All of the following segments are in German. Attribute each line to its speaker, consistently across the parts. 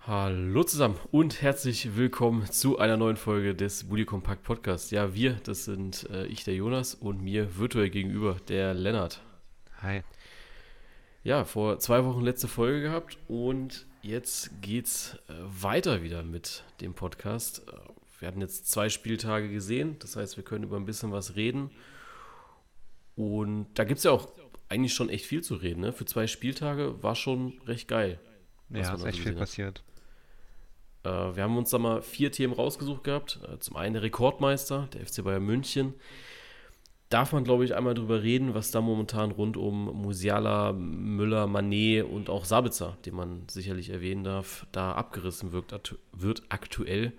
Speaker 1: Hallo zusammen und herzlich willkommen zu einer neuen Folge des Bully Compact Podcasts. Ja, das sind ich, der Jonas, und mir virtuell gegenüber der Lennart.
Speaker 2: Hi.
Speaker 1: Ja, vor 2 Wochen letzte Folge gehabt und jetzt geht's weiter wieder mit dem Podcast. Wir hatten jetzt 2 Spieltage gesehen, das heißt, wir können über ein bisschen was reden. Und da gibt es ja auch eigentlich schon echt viel zu reden. Ne? Für 2 Spieltage war schon recht geil, was
Speaker 2: Ja,
Speaker 1: man
Speaker 2: ist
Speaker 1: da so
Speaker 2: echt viel
Speaker 1: gesehen hat.
Speaker 2: passiert.
Speaker 1: Wir haben uns da mal 4 Themen rausgesucht gehabt. Zum einen der Rekordmeister, der FC Bayern München. Darf man, glaube ich, einmal drüber reden, was da momentan rund um Musiala, Müller, Mané und auch Sabitzer, den man sicherlich erwähnen darf, da abgerissen wird aktuell.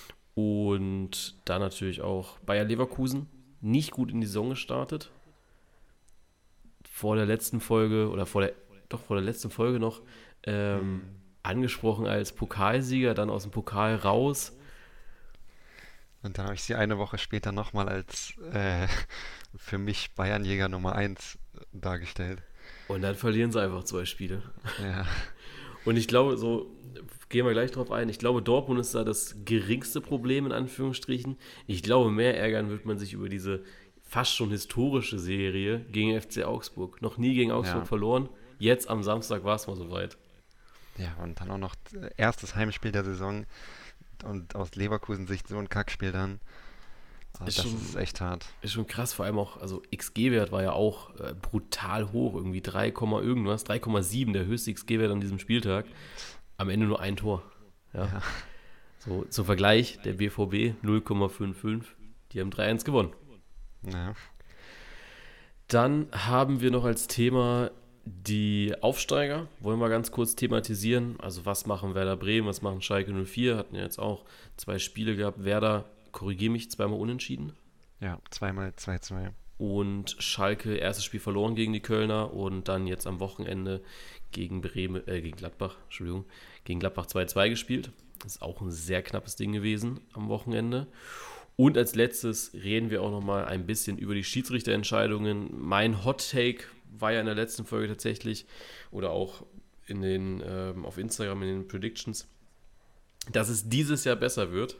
Speaker 1: Und da natürlich auch Bayer Leverkusen nicht gut in die Saison gestartet. Vor der letzten Folge oder vor der letzten Folge noch ähm,
Speaker 2: Hm.
Speaker 1: angesprochen als Pokalsieger, dann aus dem Pokal raus.
Speaker 2: Und dann habe ich sie eine Woche später nochmal als für mich Bayernjäger Nummer 1 dargestellt.
Speaker 1: Und dann verlieren sie einfach 2 Spiele.
Speaker 2: Ja,
Speaker 1: Und ich glaube, so gehen wir gleich drauf ein. Ich glaube, Dortmund ist da das geringste Problem in Anführungsstrichen. Ich glaube, mehr ärgern wird man sich über diese fast schon historische Serie gegen FC Augsburg. Noch nie gegen Augsburg
Speaker 2: ja,
Speaker 1: verloren. Jetzt am Samstag war es mal soweit.
Speaker 2: ja. Und dann auch noch erstes Heimspiel der Saison und aus Leverkusen-Sicht so ein Kackspiel dann.
Speaker 1: Ist
Speaker 2: Das ist
Speaker 1: schon,
Speaker 2: echt hart.
Speaker 1: ist schon krass, vor allem auch, also XG-Wert war ja auch brutal hoch, irgendwie 3, irgendwas, 3,7 der höchste XG-Wert an diesem Spieltag. Am Ende nur ein Tor. Ja.
Speaker 2: Ja,
Speaker 1: So zum Vergleich, der BVB 0,55, die haben 3-1 gewonnen.
Speaker 2: ja.
Speaker 1: Dann haben wir noch als Thema die Aufsteiger. Wollen wir ganz kurz thematisieren. Also was machen Werder Bremen, was machen Schalke 04? Hatten ja jetzt auch 2 Spiele gehabt. Werder, korrigiere mich, zweimal unentschieden.
Speaker 2: Ja, zweimal 2-2.
Speaker 1: Und Schalke, erstes Spiel verloren gegen die Kölner und dann jetzt am Wochenende gegen Gladbach, Entschuldigung, gegen Gladbach 2-2 gespielt. Das ist auch ein sehr knappes Ding gewesen am Wochenende. Und als letztes reden wir auch nochmal ein bisschen über die Schiedsrichterentscheidungen. Mein Hot Take war ja in der letzten Folge tatsächlich oder auch auf Instagram in den Predictions, dass es dieses Jahr besser wird.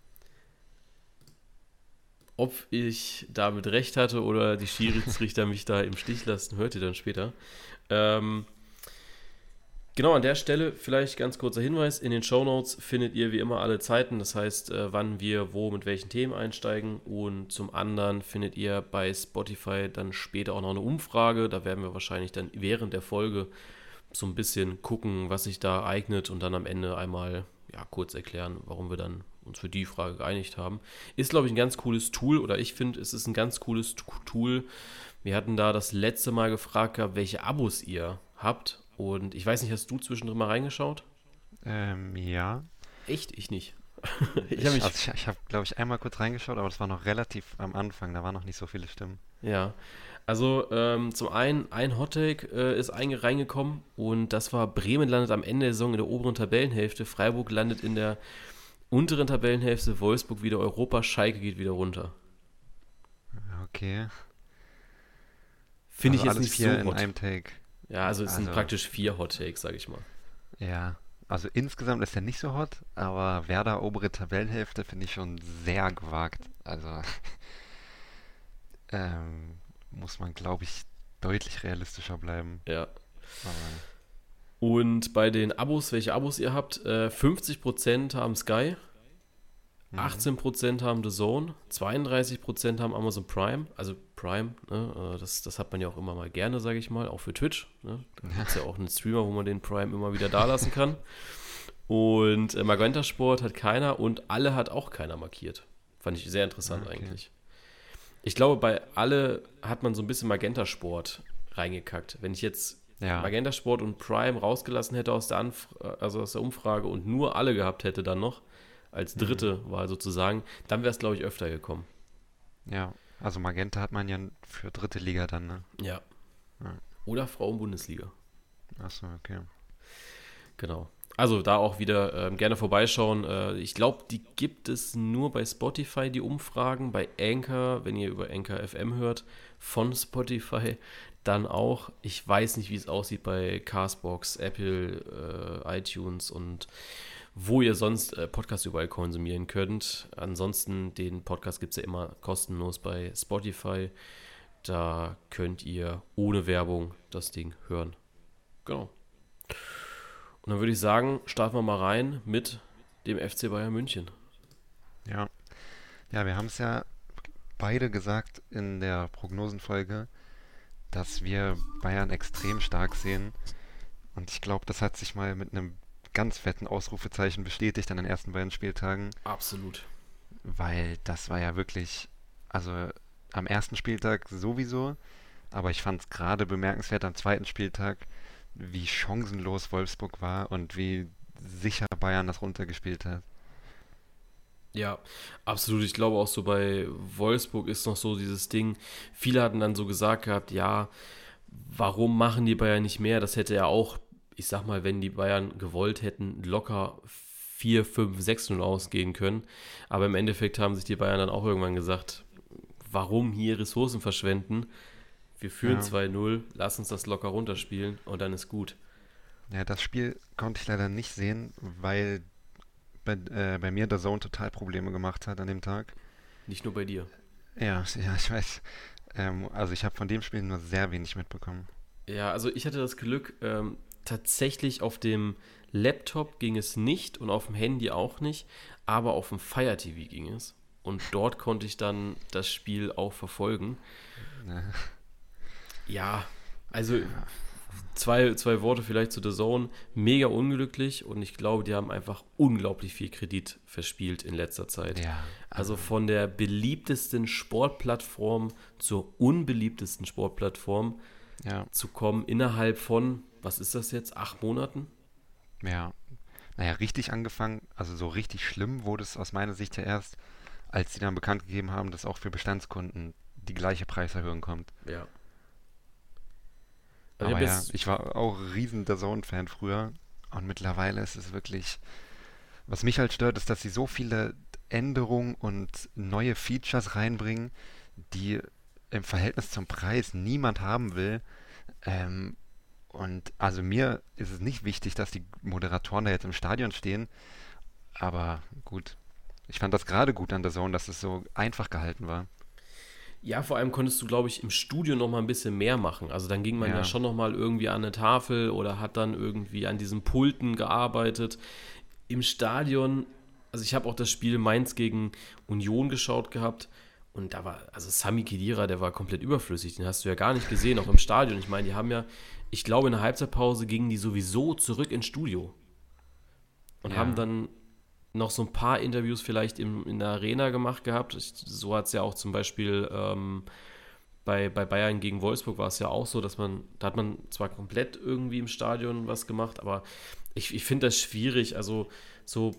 Speaker 1: Ob ich damit recht hatte oder die Schiedsrichter mich da im Stich lassen, hört ihr dann später. Ähm, Genau, an der Stelle vielleicht ganz kurzer Hinweis. In den Shownotes findet ihr wie immer alle Zeiten, das heißt, wann wir wo mit welchen Themen einsteigen. Und zum anderen findet ihr bei Spotify dann später auch noch eine Umfrage. Da werden wir wahrscheinlich dann während der Folge so ein bisschen gucken, was sich da eignet und dann am Ende einmal kurz erklären, warum wir dann uns für die Frage geeinigt haben. Ist, glaube ich, ein ganz cooles Tool oder ich finde, es ist ein ganz cooles Tool. Wir hatten da das letzte Mal gefragt gehabt, welche Abos ihr habt. Und ich weiß nicht, hast du zwischendrin mal reingeschaut?
Speaker 2: Ja.
Speaker 1: Echt? Ich nicht. Ich habe mich.
Speaker 2: Ich habe, glaube ich, einmal kurz reingeschaut, aber das war noch relativ am Anfang, da waren noch nicht so viele Stimmen.
Speaker 1: Ja. Also zum einen, ein Hottake ist reingekommen und das war: Bremen landet am Ende der Saison in der oberen Tabellenhälfte, Freiburg landet in der unteren Tabellenhälfte, Wolfsburg wieder Europa, Schalke geht wieder runter.
Speaker 2: Okay.
Speaker 1: Finde
Speaker 2: Also
Speaker 1: ich jetzt
Speaker 2: alles
Speaker 1: nicht
Speaker 2: vier
Speaker 1: so
Speaker 2: in
Speaker 1: hot.
Speaker 2: einem Take.
Speaker 1: Ja, also es sind
Speaker 2: Also,
Speaker 1: praktisch 4 Hot Takes, sag ich mal.
Speaker 2: ja. Also insgesamt ist er nicht so hot, aber Werder obere Tabellenhälfte finde ich schon sehr gewagt. Also muss man, glaube ich, deutlich realistischer bleiben.
Speaker 1: Ja.
Speaker 2: Aber
Speaker 1: Und bei den Abos, welche Abos ihr habt, 50% haben Sky,
Speaker 2: mhm.
Speaker 1: 18% haben The Zone, 32% haben Amazon Prime, also Prime, ne, das hat man ja auch immer mal gerne, sage ich mal, auch für Twitch. Ne? Da gibt es ja auch einen Streamer, wo man den Prime immer wieder da lassen kann. Und Magenta Sport hat keiner und alle hat auch keiner markiert. Fand ich sehr interessant
Speaker 2: Okay.
Speaker 1: eigentlich. Ich glaube, bei alle hat man so ein bisschen Magenta Sport reingekackt. Wenn ich jetzt
Speaker 2: Ja.
Speaker 1: Magenta Sport und Prime rausgelassen hätte also aus der Umfrage und nur alle gehabt hätte dann noch, als
Speaker 2: Mhm.
Speaker 1: dritte Wahl sozusagen, dann wäre es, glaube ich, öfter gekommen.
Speaker 2: Ja. Also Magenta hat man ja für dritte Liga dann, ne?
Speaker 1: Ja.
Speaker 2: Ja.
Speaker 1: Oder Frauen-Bundesliga.
Speaker 2: Achso, okay.
Speaker 1: Genau. Also da auch wieder gerne vorbeischauen. Ich glaube, die gibt es nur bei Spotify, die Umfragen. Bei Anchor, wenn ihr über Anchor FM hört, von Spotify, dann auch. Ich weiß nicht, wie es aussieht bei Castbox, Apple, iTunes und wo ihr sonst Podcasts überall konsumieren könnt. Ansonsten, den Podcast gibt es ja immer kostenlos bei Spotify. Da könnt ihr ohne Werbung das Ding hören. Genau. Und dann würde ich sagen, starten wir mal rein mit dem FC Bayern München.
Speaker 2: Ja, ja, wir haben es ja beide gesagt in der Prognosenfolge, dass wir Bayern extrem stark sehen. Und ich glaube, das hat sich mal mit einem ganz fetten Ausrufezeichen bestätigt an den ersten beiden Spieltagen,
Speaker 1: Absolut.
Speaker 2: weil das war ja wirklich, also am ersten Spieltag sowieso, aber ich fand es gerade bemerkenswert am zweiten Spieltag, wie chancenlos Wolfsburg war und wie sicher Bayern das runtergespielt hat.
Speaker 1: Ja, absolut. Ich glaube auch so bei Wolfsburg ist noch so dieses Ding. Viele hatten dann so gesagt gehabt, ja, warum machen die Bayern nicht mehr? Das hätte ja auch, ich sag mal, wenn die Bayern gewollt hätten, locker 4-5-6-0 ausgehen können. Aber im Endeffekt haben sich die Bayern dann auch irgendwann gesagt, warum hier Ressourcen verschwenden? Wir führen
Speaker 2: Ja,
Speaker 1: 2-0, lass uns das locker runterspielen und dann ist gut.
Speaker 2: ja, das Spiel konnte ich leider nicht sehen, weil bei mir der Zone total Probleme gemacht hat an dem Tag.
Speaker 1: Nicht nur bei dir.
Speaker 2: Ja, ja, ich weiß. Also ich habe von dem Spiel nur sehr wenig mitbekommen.
Speaker 1: Ja, also ich hatte das Glück, tatsächlich auf dem Laptop ging es nicht und auf dem Handy auch nicht, aber auf dem Fire TV ging es. Und dort konnte ich dann das Spiel auch verfolgen.
Speaker 2: Ja,
Speaker 1: Ja, also
Speaker 2: ja,
Speaker 1: zwei Worte vielleicht zu The Zone. Mega unglücklich und ich glaube, die haben einfach unglaublich viel Kredit verspielt in letzter Zeit.
Speaker 2: ja,
Speaker 1: Also
Speaker 2: also
Speaker 1: von der beliebtesten Sportplattform zur unbeliebtesten Sportplattform
Speaker 2: ja,
Speaker 1: zu kommen innerhalb von, was ist das jetzt, 8 Monaten?
Speaker 2: ja. Naja, richtig angefangen, also so richtig schlimm wurde es aus meiner Sicht ja erst, als sie dann bekannt gegeben haben, dass auch für Bestandskunden die gleiche Preiserhöhung kommt.
Speaker 1: Ja. Also ich
Speaker 2: Aber
Speaker 1: habe
Speaker 2: ja,
Speaker 1: jetzt,
Speaker 2: ich war auch riesen DAZN-Fan früher und mittlerweile ist es wirklich, was mich halt stört, ist, dass sie so viele Änderungen und neue Features reinbringen, die im Verhältnis zum Preis niemand haben will. Ähm, und also mir ist es nicht wichtig, dass die Moderatoren da jetzt im Stadion stehen, aber gut. Ich fand das gerade gut an der Zone, dass es so einfach gehalten war.
Speaker 1: ja, vor allem konntest du, glaube ich, im Studio noch mal ein bisschen mehr machen. Also dann ging man ja
Speaker 2: Ja,
Speaker 1: schon noch mal irgendwie an eine Tafel oder hat dann irgendwie an diesen Pulten gearbeitet. Im Stadion, also ich habe auch das Spiel Mainz gegen Union geschaut gehabt und da war, also Sami Khedira, der war komplett überflüssig, den hast du ja gar nicht gesehen, auch im Stadion. Ich meine, die haben ja, ich glaube, in der Halbzeitpause gingen die sowieso zurück ins Studio und haben
Speaker 2: ja,
Speaker 1: dann noch so ein paar Interviews vielleicht in der Arena gemacht gehabt. So hat es ja auch zum Beispiel bei Bayern gegen Wolfsburg war es ja auch so, da hat man zwar komplett irgendwie im Stadion was gemacht, aber ich finde das schwierig. Also so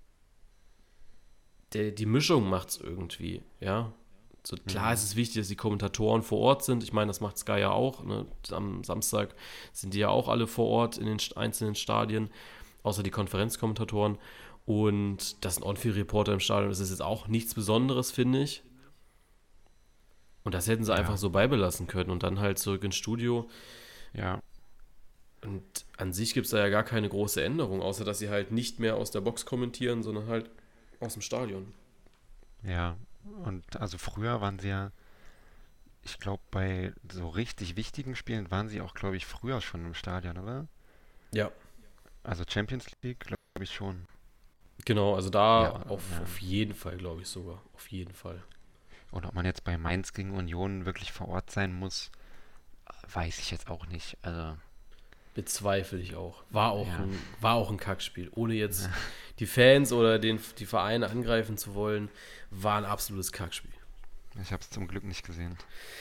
Speaker 1: die Mischung macht es irgendwie, ja. So, klar ist
Speaker 2: mhm,
Speaker 1: es wichtig, dass die Kommentatoren vor Ort sind. Ich meine, das macht Sky ja auch. Ne? Am Samstag sind die ja auch alle vor Ort in den einzelnen Stadien, außer die Konferenzkommentatoren. Und dass ein On-Field-Reporter im Stadion ist, ist jetzt auch nichts Besonderes, finde ich. Und das hätten sie einfach
Speaker 2: ja,
Speaker 1: so beibelassen können und dann halt zurück ins Studio.
Speaker 2: ja,
Speaker 1: Und an sich gibt es da ja gar keine große Änderung, außer dass sie halt nicht mehr aus der Box kommentieren, sondern halt aus dem Stadion.
Speaker 2: ja. Und also früher waren sie ja, ich glaube, bei so richtig wichtigen Spielen waren sie auch, glaube ich, früher schon im Stadion, oder?
Speaker 1: Ja,
Speaker 2: Also Champions League, glaube ich schon.
Speaker 1: genau, also da
Speaker 2: Ja, ja.
Speaker 1: auf jeden Fall, glaube ich sogar. Auf jeden Fall.
Speaker 2: Und ob man jetzt bei Mainz gegen Union wirklich vor Ort sein muss, weiß ich jetzt auch nicht. Also,
Speaker 1: Bezweifle ich auch.
Speaker 2: ja,
Speaker 1: War auch ein Kackspiel. Ohne jetzt die Fans oder die Vereine angreifen zu wollen, war ein absolutes Kackspiel.
Speaker 2: ich habe es zum Glück nicht gesehen.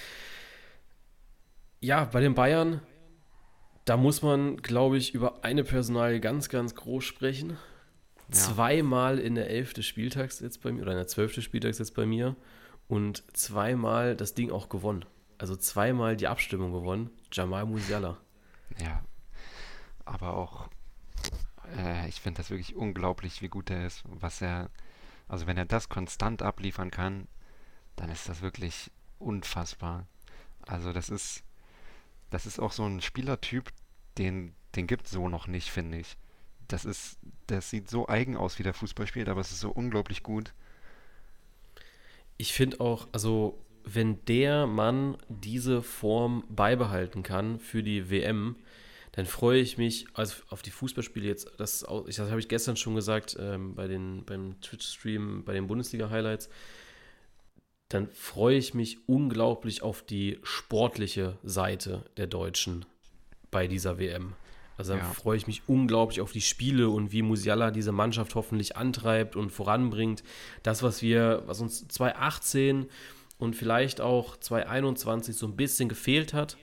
Speaker 1: Ja, bei den Bayern, da muss man, glaube ich, über eine Personalie ganz, ganz groß sprechen.
Speaker 2: Ja,
Speaker 1: Zweimal in der 11. Spieltags jetzt bei mir, oder in der 12. Spieltags jetzt bei mir und zweimal das Ding auch gewonnen. Also zweimal die Abstimmung gewonnen. Jamal Musiala.
Speaker 2: ja. Aber auch, ich finde das wirklich unglaublich, wie gut er ist. Also wenn er das konstant abliefern kann, dann ist das wirklich unfassbar. Also das ist, das ist auch so ein Spielertyp, den gibt es so noch nicht, finde ich. Das sieht so eigen aus, wie der Fußball spielt, aber es ist so unglaublich gut.
Speaker 1: Ich finde auch, also wenn der Mann diese Form beibehalten kann für die WM, dann freue ich mich also auf die Fußballspiele jetzt. Das habe ich gestern schon gesagt beim Twitch-Stream, bei den Bundesliga-Highlights. Dann freue ich mich unglaublich auf die sportliche Seite der Deutschen bei dieser WM. Also dann
Speaker 2: Ja,
Speaker 1: freue ich mich unglaublich auf die Spiele und wie Musiala diese Mannschaft hoffentlich antreibt und voranbringt. Das, was uns 2018 und vielleicht auch 2021 so ein bisschen gefehlt hat,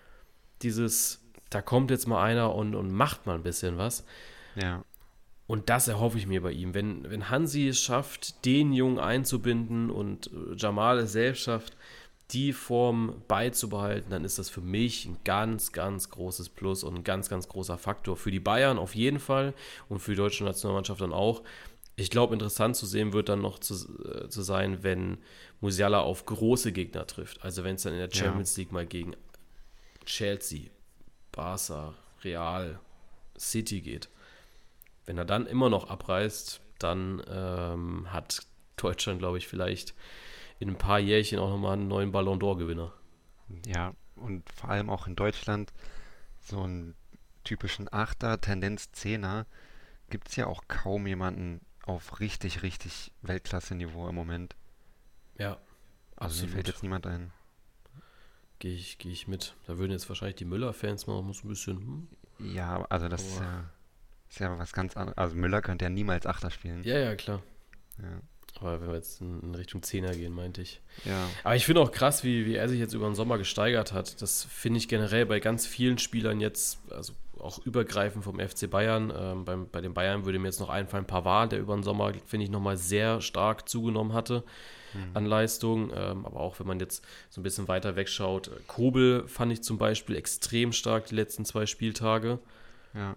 Speaker 1: da kommt jetzt mal einer und macht mal ein bisschen was.
Speaker 2: ja,
Speaker 1: Und das erhoffe ich mir bei ihm. Wenn Hansi es schafft, den Jungen einzubinden und Jamal es selbst schafft, die Form beizubehalten, dann ist das für mich ein ganz, ganz großes Plus und ein ganz, ganz großer Faktor. Für die Bayern auf jeden Fall und für die deutsche Nationalmannschaft dann auch. Ich glaube, interessant zu sehen wird dann noch zu sein, wenn Musiala auf große Gegner trifft. Also wenn es dann in der
Speaker 2: ja.
Speaker 1: Champions League mal gegen Chelsea, Barca, Real, City geht. Wenn er dann immer noch abreißt, dann hat Deutschland, glaube ich, vielleicht in ein paar Jährchen auch nochmal einen neuen Ballon d'Or-Gewinner.
Speaker 2: Ja, und vor allem auch in Deutschland so einen typischen Achter, Tendenz Zehner, gibt es ja auch kaum jemanden auf richtig, richtig Weltklasse-Niveau im Moment.
Speaker 1: Ja,
Speaker 2: Also mir fällt
Speaker 1: absolut.
Speaker 2: jetzt niemand ein.
Speaker 1: Geh ich mit. Da würden jetzt wahrscheinlich die Müller-Fans mal so ein bisschen,
Speaker 2: Ja, also das
Speaker 1: aber
Speaker 2: ist ja was ganz anderes. Also Müller könnte ja niemals Achter spielen.
Speaker 1: ja, ja, klar.
Speaker 2: Ja,
Speaker 1: Aber wenn wir jetzt in Richtung Zehner gehen, meinte ich.
Speaker 2: ja,
Speaker 1: Aber ich finde auch krass, wie er sich jetzt über den Sommer gesteigert hat. Das finde ich generell bei ganz vielen Spielern jetzt, also auch übergreifend vom FC Bayern. Bei den Bayern würde mir jetzt noch einfallen, Pavard, der über den Sommer, finde ich, nochmal sehr stark zugenommen hatte
Speaker 2: hm,
Speaker 1: an Leistung. Aber auch wenn man jetzt so ein bisschen weiter wegschaut, Kobel fand ich zum Beispiel extrem stark die letzten 2 Spieltage.
Speaker 2: ja.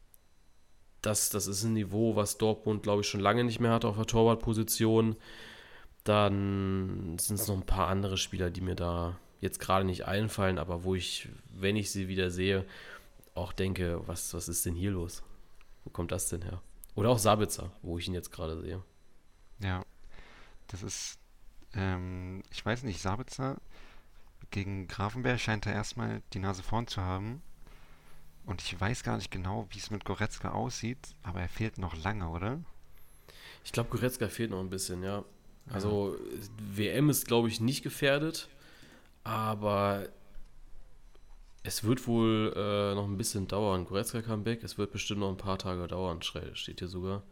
Speaker 1: Das ist ein Niveau, was Dortmund, glaube ich, schon lange nicht mehr hat auf der Torwartposition. Dann sind es noch ein paar andere Spieler, die mir da jetzt gerade nicht einfallen, aber wo ich, wenn ich sie wieder sehe, auch denke, was ist denn hier los? Wo kommt das denn her? Oder auch Sabitzer, wo ich ihn jetzt gerade sehe.
Speaker 2: Ja, das ist, ich weiß nicht, Sabitzer gegen Grafenberg scheint er erstmal die Nase vorn zu haben. Und ich weiß gar nicht genau, wie es mit Goretzka aussieht, aber er fehlt noch lange, oder?
Speaker 1: Ich glaube, Goretzka fehlt noch ein bisschen, ja.
Speaker 2: Ja,
Speaker 1: Also WM ist, glaube ich, nicht gefährdet, aber es wird wohl noch ein bisschen dauern. Goretzka Comeback, es wird bestimmt noch ein paar Tage dauern, steht hier sogar.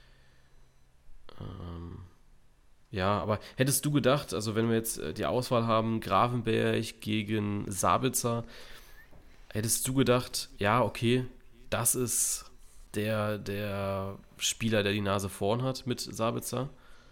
Speaker 1: Ähm, Ja, aber hättest du gedacht, also wenn wir jetzt die Auswahl haben, Gravenberch gegen Sabitzer, hättest du gedacht, ja, okay, das ist der Spieler, der die Nase vorn hat mit Sabitzer?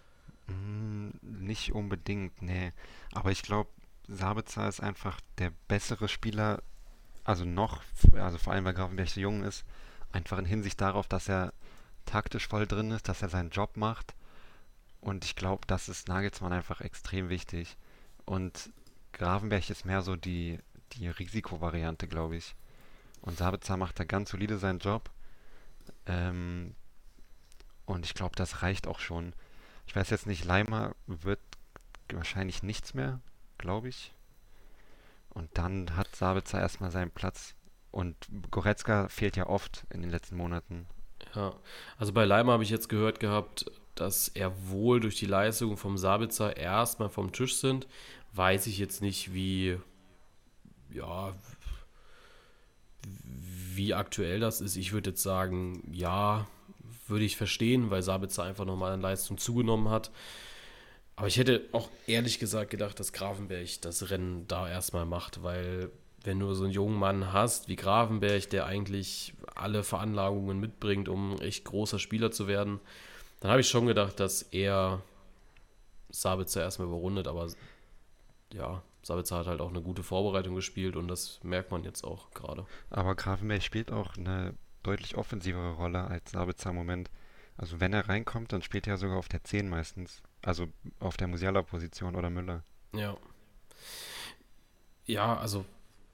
Speaker 2: nicht unbedingt, nee. Aber ich glaube, Sabitzer ist einfach der bessere Spieler, also noch, also vor allem, weil Grafenberg so jung ist, einfach in Hinsicht darauf, dass er taktisch voll drin ist, dass er seinen Job macht. Und ich glaube, das ist Nagelsmann einfach extrem wichtig. Und Gravenberch ist mehr so die Risikovariante, glaube ich. Und Sabitzer macht da ganz solide seinen Job. Ähm, und ich glaube, das reicht auch schon. Ich weiß jetzt nicht, Leimer wird wahrscheinlich nichts mehr, glaube ich. Und dann hat Sabitzer erstmal seinen Platz. Und Goretzka fehlt ja oft in den letzten Monaten.
Speaker 1: Ja, also bei Leimer habe ich jetzt gehört gehabt, dass er wohl durch die Leistung vom Sabitzer erstmal vom Tisch sind. Weiß ich jetzt nicht, ja, wie aktuell das ist. Ich würde jetzt sagen, ja, würde ich verstehen, weil Sabitzer einfach nochmal an Leistung zugenommen hat. Aber ich hätte auch ehrlich gesagt gedacht, dass Gravenberch das Rennen da erstmal macht, weil wenn du so einen jungen Mann hast wie Gravenberch, der eigentlich alle Veranlagungen mitbringt, um ein echt großer Spieler zu werden, dann habe ich schon gedacht, dass er Sabitzer erstmal überrundet. Aber ja, Sabitzer hat halt auch eine gute Vorbereitung gespielt und das merkt man jetzt auch gerade.
Speaker 2: Aber Gravenberch spielt auch eine deutlich offensivere Rolle als Sabitzer im Moment. Also wenn er reinkommt, dann spielt er sogar auf der 10 meistens. Also auf der Musiala-Position oder Müller.
Speaker 1: Ja, ja, also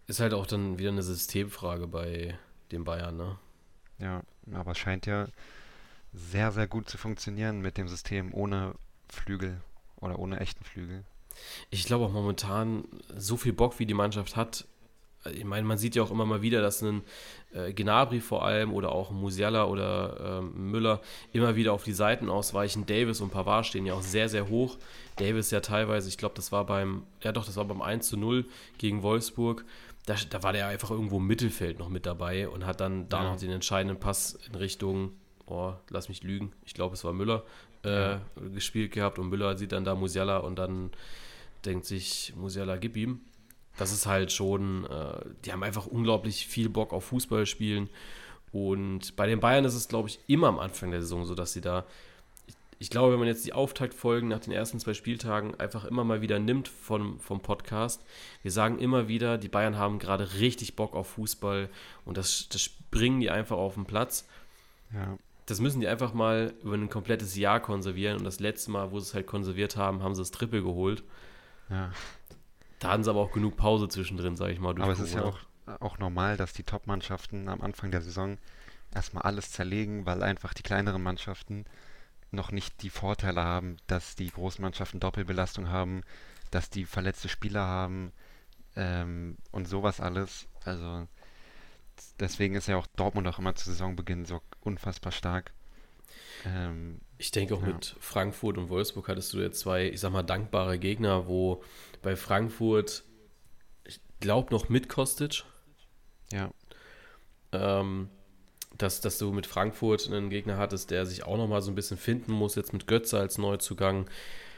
Speaker 1: Ist halt auch dann wieder eine Systemfrage bei den Bayern, ne?
Speaker 2: Ja, aber es scheint ja sehr, sehr gut zu funktionieren mit dem System ohne Flügel oder ohne echten Flügel.
Speaker 1: Ich glaube auch momentan, so viel Bock, wie die Mannschaft hat. Ich meine, man sieht ja auch immer mal wieder, dass ein Gnabry vor allem oder auch ein Musiala oder Müller immer wieder auf die Seiten ausweichen. Davis und Pavard stehen ja auch sehr, sehr hoch. Davis ja teilweise, ich glaube, das war beim 1:0 gegen Wolfsburg. Da war der einfach irgendwo im Mittelfeld noch mit dabei und hat dann da
Speaker 2: Ja,
Speaker 1: noch den entscheidenden Pass in Richtung, oh, lass mich lügen, ich glaube, es war Müller,
Speaker 2: ja,
Speaker 1: gespielt gehabt und Müller sieht dann da Musiala und dann denkt sich Musiala, gib ihm. Das ist halt schon, die haben einfach unglaublich viel Bock auf Fußball spielen. Und bei den Bayern ist es, glaube ich, immer am Anfang der Saison so, dass sie da, ich glaube, wenn man jetzt die Auftaktfolgen nach den ersten 2 Spieltagen einfach immer mal wieder nimmt vom Podcast, wir sagen immer wieder, die Bayern haben gerade richtig Bock auf Fußball und das bringen die einfach auf den Platz.
Speaker 2: ja,
Speaker 1: Das müssen die einfach mal über ein komplettes Jahr konservieren und das letzte Mal, wo sie es halt konserviert haben, haben sie das Triple geholt.
Speaker 2: ja.
Speaker 1: Da hatten sie aber auch genug Pause zwischendrin, sage ich mal, durch
Speaker 2: Aber es ist ja
Speaker 1: Corona.
Speaker 2: auch normal, dass die Top-Mannschaften am Anfang der Saison erstmal alles zerlegen, weil einfach die kleineren Mannschaften noch nicht die Vorteile haben, dass die Großmannschaften Doppelbelastung haben, dass die verletzte Spieler haben und sowas alles. Also deswegen ist ja auch Dortmund auch immer zu Saisonbeginn so unfassbar stark. Ähm,
Speaker 1: Ich denke auch
Speaker 2: ja,
Speaker 1: mit Frankfurt und Wolfsburg hattest du jetzt 2, ich sag mal, dankbare Gegner, wo bei Frankfurt, ich glaube noch mit Kostic,
Speaker 2: ja,
Speaker 1: ähm, dass du mit Frankfurt einen Gegner hattest, der sich auch nochmal so ein bisschen finden muss, jetzt mit Götze als Neuzugang.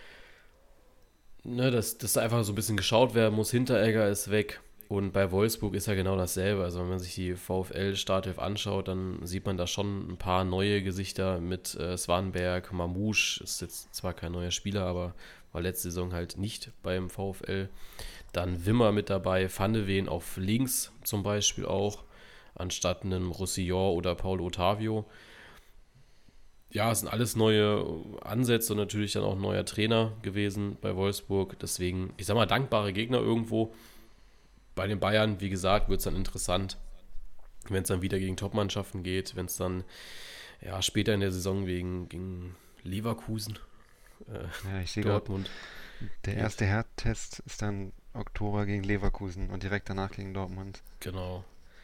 Speaker 1: Ne, dass da einfach so ein bisschen geschaut werden muss. Hinteregger ist weg. Und bei Wolfsburg ist ja genau dasselbe. Also wenn man sich die VfL-Startelf anschaut, dann sieht man da schon ein paar neue Gesichter mit Swanberg, Mamouche, ist jetzt zwar kein neuer Spieler, aber war letzte Saison halt nicht beim VfL. Dann Wimmer mit dabei, Van de Ven auf links zum Beispiel auch, anstatt einem Roussillon oder Paulo Ottavio. Ja, es sind alles neue Ansätze und natürlich dann auch ein neuer Trainer gewesen bei Wolfsburg. Deswegen, ich sag mal, dankbare Gegner irgendwo. Bei den Bayern, wie gesagt, wird es dann interessant, wenn es dann wieder gegen Top-Mannschaften geht, wenn es dann ja, später in der Saison gegen Leverkusen,
Speaker 2: ja, ich sehe gerade,
Speaker 1: Dortmund
Speaker 2: der
Speaker 1: geht.
Speaker 2: erste Härtetest ist dann Oktober gegen Leverkusen und direkt danach gegen Dortmund.
Speaker 1: Genau.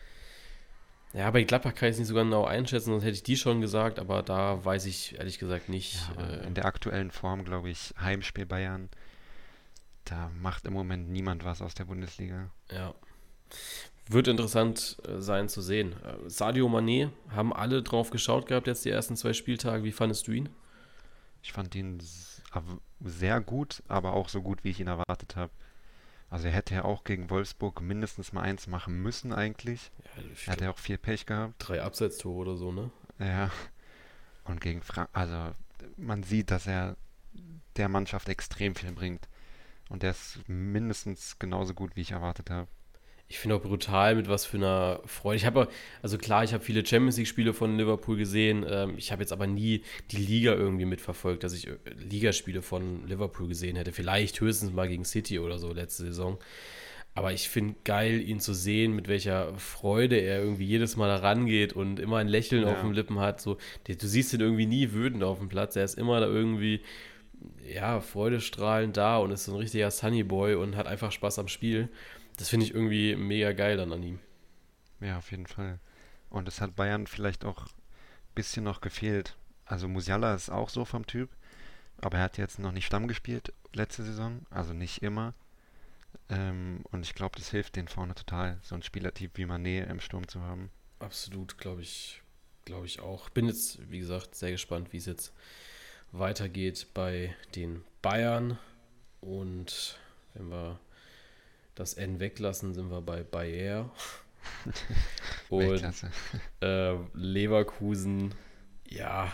Speaker 1: Ja, bei Gladbach kann ich es nicht so genau einschätzen, sonst hätte ich die schon gesagt, aber da weiß ich ehrlich gesagt
Speaker 2: Ja,
Speaker 1: nicht.
Speaker 2: aber in der aktuellen Form, glaube ich, Heimspiel Bayern, da macht im Moment niemand was aus der Bundesliga.
Speaker 1: Ja, wird interessant sein zu sehen. Sadio Mané, haben alle drauf geschaut gehabt jetzt die ersten 2 Spieltage. Wie fandest du ihn?
Speaker 2: Ich fand ihn sehr gut, aber auch so gut, wie ich ihn erwartet habe. Also er hätte ja auch gegen Wolfsburg mindestens mal eins machen müssen eigentlich.
Speaker 1: Ja, ich
Speaker 2: Er hatte
Speaker 1: glaube,
Speaker 2: ja auch viel Pech gehabt.
Speaker 1: 3 Abseitstore oder so, ne?
Speaker 2: Ja, und gegen also man sieht, dass er der Mannschaft extrem viel bringt. Und der ist mindestens genauso gut, wie ich erwartet habe.
Speaker 1: Ich finde auch brutal, mit was für einer Freude. Also klar, ich habe viele Champions League-Spiele von Liverpool gesehen. Ich habe jetzt aber nie die Liga irgendwie mitverfolgt, dass ich Ligaspiele von Liverpool gesehen hätte. Vielleicht höchstens mal gegen City oder so letzte Saison. Aber ich finde geil, ihn zu sehen, mit welcher Freude er irgendwie jedes Mal da rangeht und immer ein Lächeln auf den
Speaker 2: Ja,
Speaker 1: Lippen hat. So, du siehst ihn irgendwie nie wütend auf dem Platz. Er ist immer da irgendwie, ja, freudestrahlend da und ist so ein richtiger Sunnyboy und hat einfach Spaß am Spiel. Das finde ich irgendwie mega geil dann an ihm.
Speaker 2: ja, auf jeden Fall. Und es hat Bayern vielleicht auch ein bisschen noch gefehlt. Also Musiala ist auch so vom Typ, aber er hat jetzt noch nicht Stamm gespielt letzte Saison, also nicht immer. Und ich glaube, das hilft denen vorne total, so einen Spielertyp wie Mané im Sturm zu haben.
Speaker 1: Absolut, glaube ich auch. Bin jetzt, wie gesagt, sehr gespannt, wie es jetzt weitergeht bei den Bayern. Und wenn wir das N weglassen, sind wir bei Bayer. Und
Speaker 2: Weltklasse.
Speaker 1: Leverkusen, ja,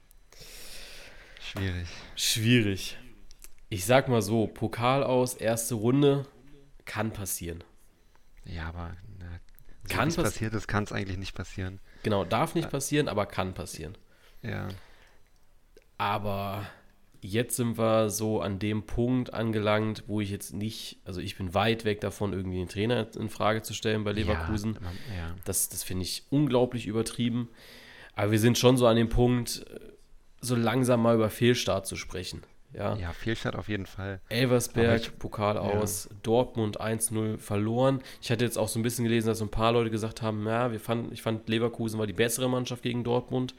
Speaker 2: Schwierig.
Speaker 1: schwierig. Ich sag mal so, Pokal aus, erste Runde, kann passieren.
Speaker 2: Ja, aber so wie
Speaker 1: Kann
Speaker 2: es
Speaker 1: passieren,
Speaker 2: passiert ist, kann es eigentlich nicht passieren.
Speaker 1: genau, darf nicht
Speaker 2: Ä-
Speaker 1: passieren, aber kann passieren.
Speaker 2: Ja,
Speaker 1: Aber jetzt sind wir so an dem Punkt angelangt, wo ich jetzt nicht, also ich bin weit weg davon, irgendwie den Trainer in Frage zu stellen bei
Speaker 2: Ja,
Speaker 1: Leverkusen.
Speaker 2: ja.
Speaker 1: Das finde ich unglaublich übertrieben. Aber wir sind schon so an dem Punkt, so langsam mal über Fehlstart zu sprechen. Ja,
Speaker 2: Ja, Fehlstart auf jeden Fall. Aber
Speaker 1: Elversberg, Pokal
Speaker 2: ja,
Speaker 1: aus, Dortmund 1-0 verloren. Ich hatte jetzt auch so ein bisschen gelesen, dass so ein paar Leute gesagt haben, ja, ich fand Leverkusen war die bessere Mannschaft gegen Dortmund.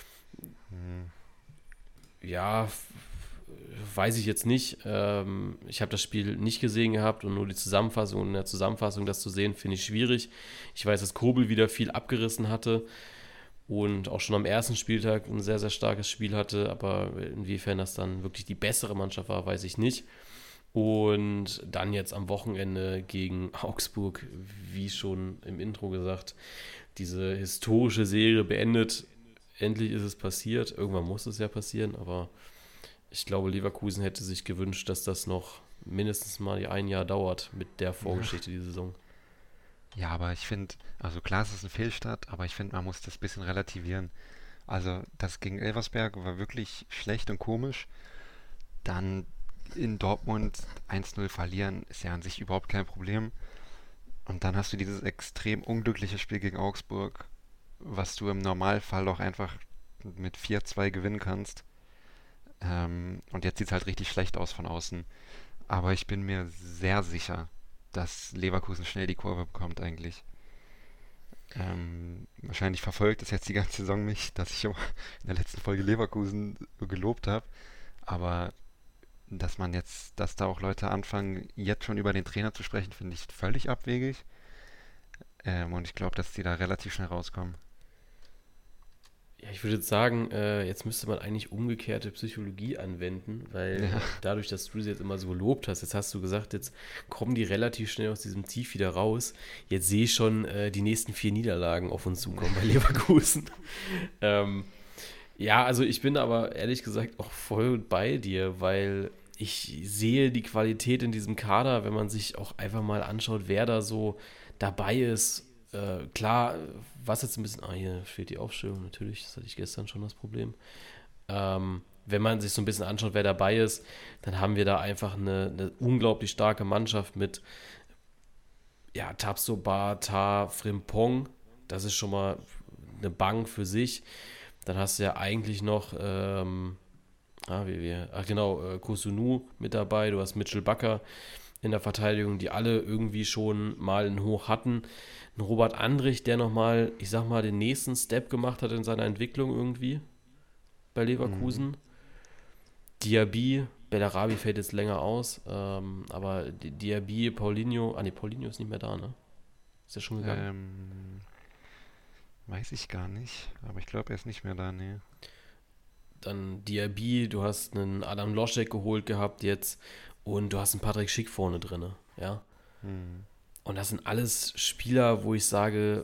Speaker 2: hm,
Speaker 1: Ja, weiß ich jetzt nicht. Ich habe das Spiel nicht gesehen gehabt und nur die Zusammenfassung. Und in der Zusammenfassung das zu sehen, finde ich schwierig. Ich weiß, dass Kobel wieder viel abgerissen hatte und auch schon am ersten Spieltag ein sehr, sehr starkes Spiel hatte. Aber inwiefern das dann wirklich die bessere Mannschaft war, weiß ich nicht. Und dann jetzt am Wochenende gegen Augsburg, wie schon im Intro gesagt, diese historische Serie beendet. Endlich ist es passiert. Irgendwann muss es ja passieren, aber ich glaube, Leverkusen hätte sich gewünscht, dass das noch mindestens mal ein Jahr dauert mit der
Speaker 2: ja.
Speaker 1: Vorgeschichte die Saison.
Speaker 2: Ja, aber ich finde, also klar, es ist ein Fehlstart, aber ich finde, man muss das ein bisschen relativieren. Also das gegen Elversberg war wirklich schlecht und komisch. Dann in Dortmund 1-0 verlieren ist ja an sich überhaupt kein Problem. Und dann hast du dieses extrem unglückliche Spiel gegen Augsburg, was du im Normalfall auch einfach mit 4-2 gewinnen kannst. Und jetzt sieht es halt richtig schlecht aus von außen. Aber ich bin mir sehr sicher, dass Leverkusen schnell die Kurve bekommt eigentlich. Wahrscheinlich verfolgt es jetzt die ganze Saison nicht, dass ich in der letzten Folge Leverkusen so gelobt habe. Aber dass da auch Leute anfangen, jetzt schon über den Trainer zu sprechen, finde ich völlig abwegig. Und ich glaube, dass die da relativ schnell rauskommen.
Speaker 1: Ja, ich würde jetzt sagen, jetzt müsste man eigentlich umgekehrte Psychologie anwenden, weil
Speaker 2: Ja,
Speaker 1: dadurch, dass du sie jetzt immer so gelobt hast, jetzt hast du gesagt, jetzt kommen die relativ schnell aus diesem Tief wieder raus. Jetzt sehe ich schon die nächsten 4 Niederlagen auf uns zukommen bei Leverkusen. ähm, ja, also ich bin aber ehrlich gesagt auch voll bei dir, weil ich sehe die Qualität in diesem Kader, wenn man sich auch einfach mal anschaut, wer da so dabei ist. Klar, was jetzt ein bisschen, hier fehlt die Aufstellung, natürlich, das hatte ich gestern schon das Problem. Wenn man sich so ein bisschen anschaut, wer dabei ist, dann haben wir da einfach eine unglaublich starke Mannschaft mit, ja, Tabsoba, Ta, Frimpong, das ist schon mal eine Bank für sich. Dann hast du ja eigentlich noch, ach genau, Kusunu mit dabei, du hast Mitchell Bakker in der Verteidigung, die alle irgendwie schon mal einen Hoch hatten. Ein Robert Andrich, der nochmal, ich sag mal, den nächsten Step gemacht hat in seiner Entwicklung irgendwie bei
Speaker 2: mhm.
Speaker 1: Leverkusen. Diaby, Bellarabi fällt jetzt länger aus, aber Diaby, Paulinho, nee, Paulinho ist nicht mehr da, ne? Ist der schon gegangen?
Speaker 2: Ähm, Weiß ich gar nicht. Aber ich glaube, er ist nicht mehr da, nee.
Speaker 1: Dann Diaby, du hast einen Adam Loschek geholt gehabt jetzt und du hast einen Patrick Schick vorne drin, ja.
Speaker 2: Hm.
Speaker 1: Und das sind alles Spieler, wo ich sage,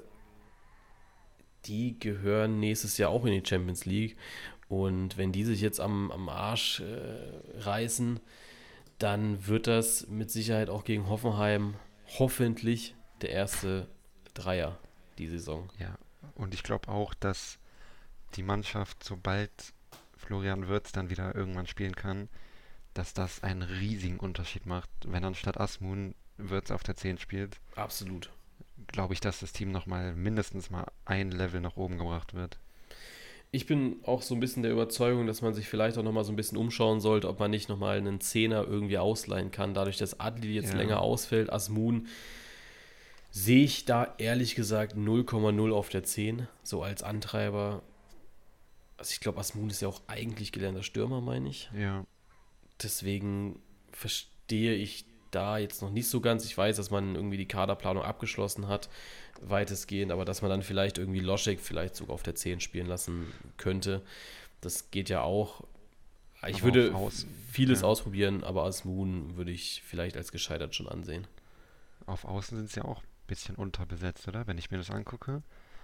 Speaker 1: die gehören nächstes Jahr auch in die Champions League. Und wenn die sich jetzt am Arsch reißen, dann wird das mit Sicherheit auch gegen Hoffenheim hoffentlich der erste Dreier die Saison.
Speaker 2: Ja. Und ich glaube auch, dass die Mannschaft, sobald Florian Wirtz dann wieder irgendwann spielen kann, dass das einen riesigen Unterschied macht. Wenn anstatt Asmun Wirtz auf der 10 spielt,
Speaker 1: Absolut.
Speaker 2: glaube ich, dass das Team nochmal mindestens mal ein Level nach oben gebracht wird.
Speaker 1: Ich bin auch so ein bisschen der Überzeugung, dass man sich vielleicht auch nochmal so ein bisschen umschauen sollte, ob man nicht nochmal einen Zehner irgendwie ausleihen kann. Dadurch, dass Adli jetzt
Speaker 2: Ja,
Speaker 1: länger ausfällt, Asmun, sehe ich da ehrlich gesagt 0,0 auf der 10, so als Antreiber. Also ich glaube, Asmun ist ja auch eigentlich gelernter Stürmer, meine ich.
Speaker 2: ja,
Speaker 1: Deswegen verstehe ich da jetzt noch nicht so ganz. Ich weiß, dass man irgendwie die Kaderplanung abgeschlossen hat, weitestgehend, aber dass man dann vielleicht irgendwie Loschek vielleicht sogar auf der 10 spielen lassen könnte. Das geht ja auch. Ich
Speaker 2: aber auf
Speaker 1: würde
Speaker 2: Aus,
Speaker 1: vieles
Speaker 2: ja,
Speaker 1: ausprobieren, aber Asmun würde ich vielleicht als gescheitert schon ansehen.
Speaker 2: auf Außen sind es ja auch ein bisschen unterbesetzt, oder? Wenn ich mir das angucke.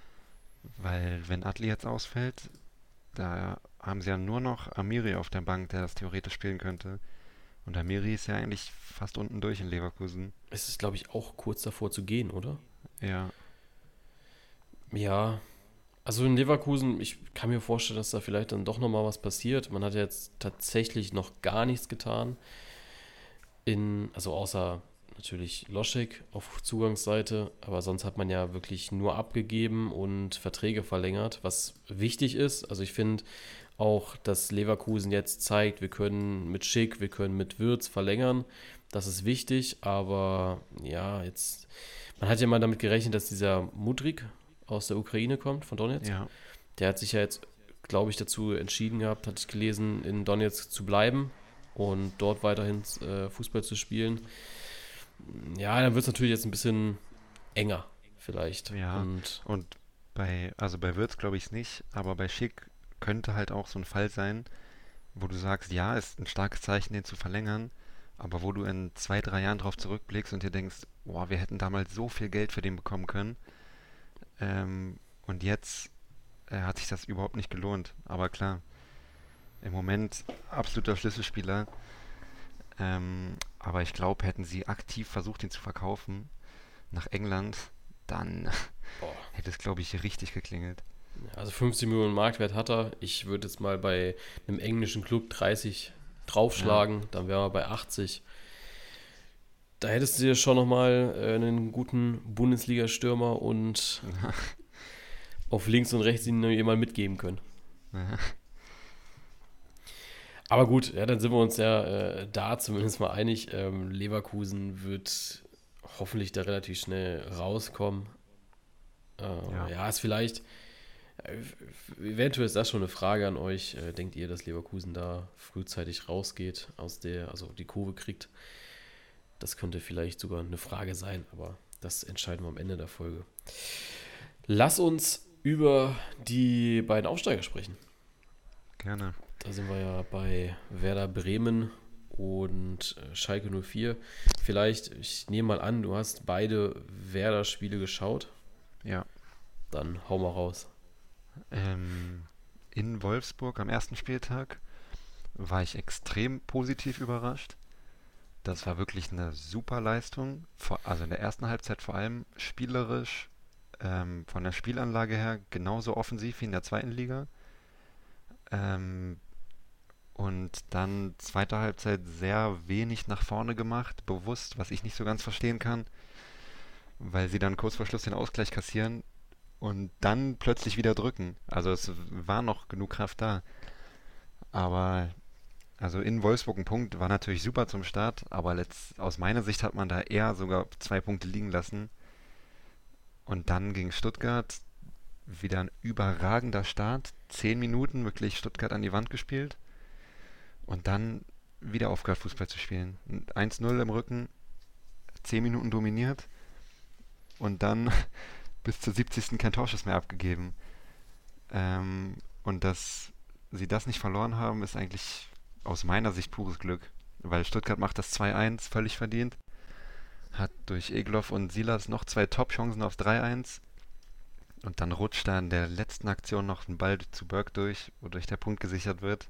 Speaker 2: Weil wenn Adli jetzt ausfällt, da haben sie ja nur noch Amiri auf der Bank, der das theoretisch spielen könnte. Und Amiri ist ja eigentlich fast unten durch in Leverkusen.
Speaker 1: Es ist, glaube ich, auch kurz davor zu gehen, oder?
Speaker 2: Ja,
Speaker 1: Ja, Also in Leverkusen, ich kann mir vorstellen, dass da vielleicht dann doch nochmal was passiert. Man hat ja jetzt tatsächlich noch gar nichts getan. Also außer natürlich Loschek auf Zugangsseite, aber sonst hat man ja wirklich nur abgegeben und Verträge verlängert, was wichtig ist. Also ich finde auch, dass Leverkusen jetzt zeigt, wir können mit Schick, wir können mit Wirtz verlängern. Das ist wichtig, aber ja, jetzt, man hat ja mal damit gerechnet, dass dieser Mudryk aus der Ukraine kommt, von Donetsk.
Speaker 2: Ja,
Speaker 1: Der hat sich ja jetzt, glaube ich, dazu entschieden gehabt, hatte ich gelesen, in Donetsk zu bleiben und dort weiterhin Fußball zu spielen. Ja, dann wird es natürlich jetzt ein bisschen enger vielleicht.
Speaker 2: ja.
Speaker 1: Und
Speaker 2: Und bei Wirtz glaube ich es nicht, aber bei Schick könnte halt auch so ein Fall sein, wo du sagst, ja, ist ein starkes Zeichen, den zu verlängern, aber wo du in 2, 3 Jahren drauf zurückblickst und dir denkst, boah, wir hätten damals so viel Geld für den bekommen können, und jetzt hat sich das überhaupt nicht gelohnt. Aber klar, im Moment absoluter Schlüsselspieler. Aber ich glaube, hätten sie aktiv versucht, ihn zu verkaufen nach England, dann
Speaker 1: boah,
Speaker 2: hätte es, glaube ich, richtig geklingelt.
Speaker 1: also 50 Millionen Marktwert hat er. Ich würde jetzt mal bei einem englischen Club 30
Speaker 2: Ja,
Speaker 1: draufschlagen, dann wären wir bei 80. Da hättest du dir schon nochmal einen guten Bundesliga-Stürmer und auf links und rechts ihn jemand mitgeben können.
Speaker 2: ja,
Speaker 1: Aber gut, ja, dann sind wir uns ja da zumindest mal einig. Leverkusen wird hoffentlich da relativ schnell rauskommen.
Speaker 2: ja.
Speaker 1: Ja, ist vielleicht, äh, eventuell ist das schon eine Frage an euch. Denkt ihr, dass Leverkusen da frühzeitig rausgeht also die Kurve kriegt? Das könnte vielleicht sogar eine Frage sein, aber das entscheiden wir am Ende der Folge. Lass uns über die beiden Aufsteiger sprechen.
Speaker 2: Gerne.
Speaker 1: Da sind wir ja bei Werder Bremen und Schalke 04. Vielleicht, ich nehme mal an, du hast beide Werder-Spiele geschaut.
Speaker 2: Ja.
Speaker 1: Dann hau mal raus.
Speaker 2: Ähm, in Wolfsburg am ersten Spieltag war ich extrem positiv überrascht. Das war wirklich eine super Leistung. Also in der ersten Halbzeit vor allem spielerisch, von der Spielanlage her genauso offensiv wie in der zweiten Liga. Ähm, und dann zweite Halbzeit sehr wenig nach vorne gemacht, bewusst, was ich nicht so ganz verstehen kann, weil sie dann kurz vor Schluss den Ausgleich kassieren und dann plötzlich wieder drücken. Also es war noch genug Kraft da. Aber also in Wolfsburg ein Punkt war natürlich super zum Start, aber aus meiner Sicht hat man da eher sogar 2 Punkte liegen lassen. Und dann gegen Stuttgart wieder ein überragender Start. 10 Minuten wirklich Stuttgart an die Wand gespielt und dann wieder aufgehört, Fußball zu spielen. 1:0 im Rücken, 10 Minuten dominiert und dann bis zur 70. kein Torschuss mehr abgegeben. Und dass sie das nicht verloren haben, ist eigentlich aus meiner Sicht pures Glück. Weil Stuttgart macht das 2:1 völlig verdient. Hat durch Egloff und Silas noch 2 Top-Chancen auf 3:1. Und dann rutscht da in der letzten Aktion noch ein Ball zu Burke durch, wodurch der Punkt gesichert wird.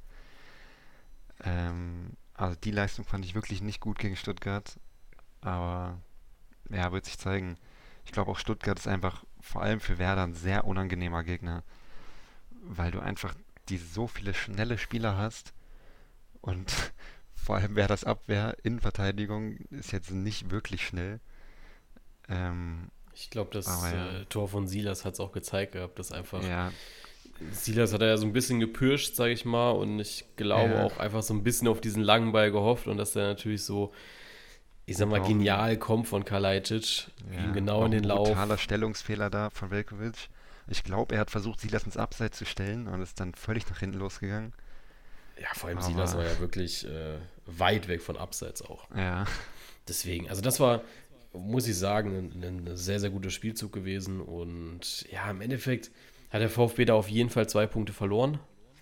Speaker 2: Also die Leistung fand ich wirklich nicht gut gegen Stuttgart. Aber ja, wird sich zeigen. Ich glaube auch Stuttgart ist einfach vor allem für Werder ein sehr unangenehmer Gegner. Weil du einfach so viele schnelle Spieler hast. Und vor allem Werders Abwehr, Innenverteidigung ist jetzt nicht wirklich schnell. Ähm,
Speaker 1: Ich glaube,
Speaker 2: aber
Speaker 1: das
Speaker 2: ja,
Speaker 1: Tor von Silas hat es auch gezeigt gehabt, dass einfach
Speaker 2: ja,
Speaker 1: Silas hat er ja so ein bisschen gepirscht, sage ich mal, und ich glaube
Speaker 2: ja,
Speaker 1: auch einfach so ein bisschen auf diesen langen Ball gehofft und dass der natürlich so, ich sag
Speaker 2: und
Speaker 1: mal,
Speaker 2: auch ein,
Speaker 1: genial kommt von Kalajdzic, ihm
Speaker 2: ja,
Speaker 1: genau in
Speaker 2: auch ein
Speaker 1: den
Speaker 2: brutaler
Speaker 1: Lauf.
Speaker 2: Stellungsfehler da von Veljkovic. Ich glaube, er hat versucht, Silas ins Abseits zu stellen und ist dann völlig nach hinten losgegangen.
Speaker 1: Ja, vor allem Silas
Speaker 2: Aber
Speaker 1: war ja wirklich weit weg von Abseits auch.
Speaker 2: ja,
Speaker 1: Deswegen, also das war, muss ich sagen, ein sehr, sehr guter Spielzug gewesen und ja, im Endeffekt hat der VfB da auf jeden Fall 2 Punkte verloren.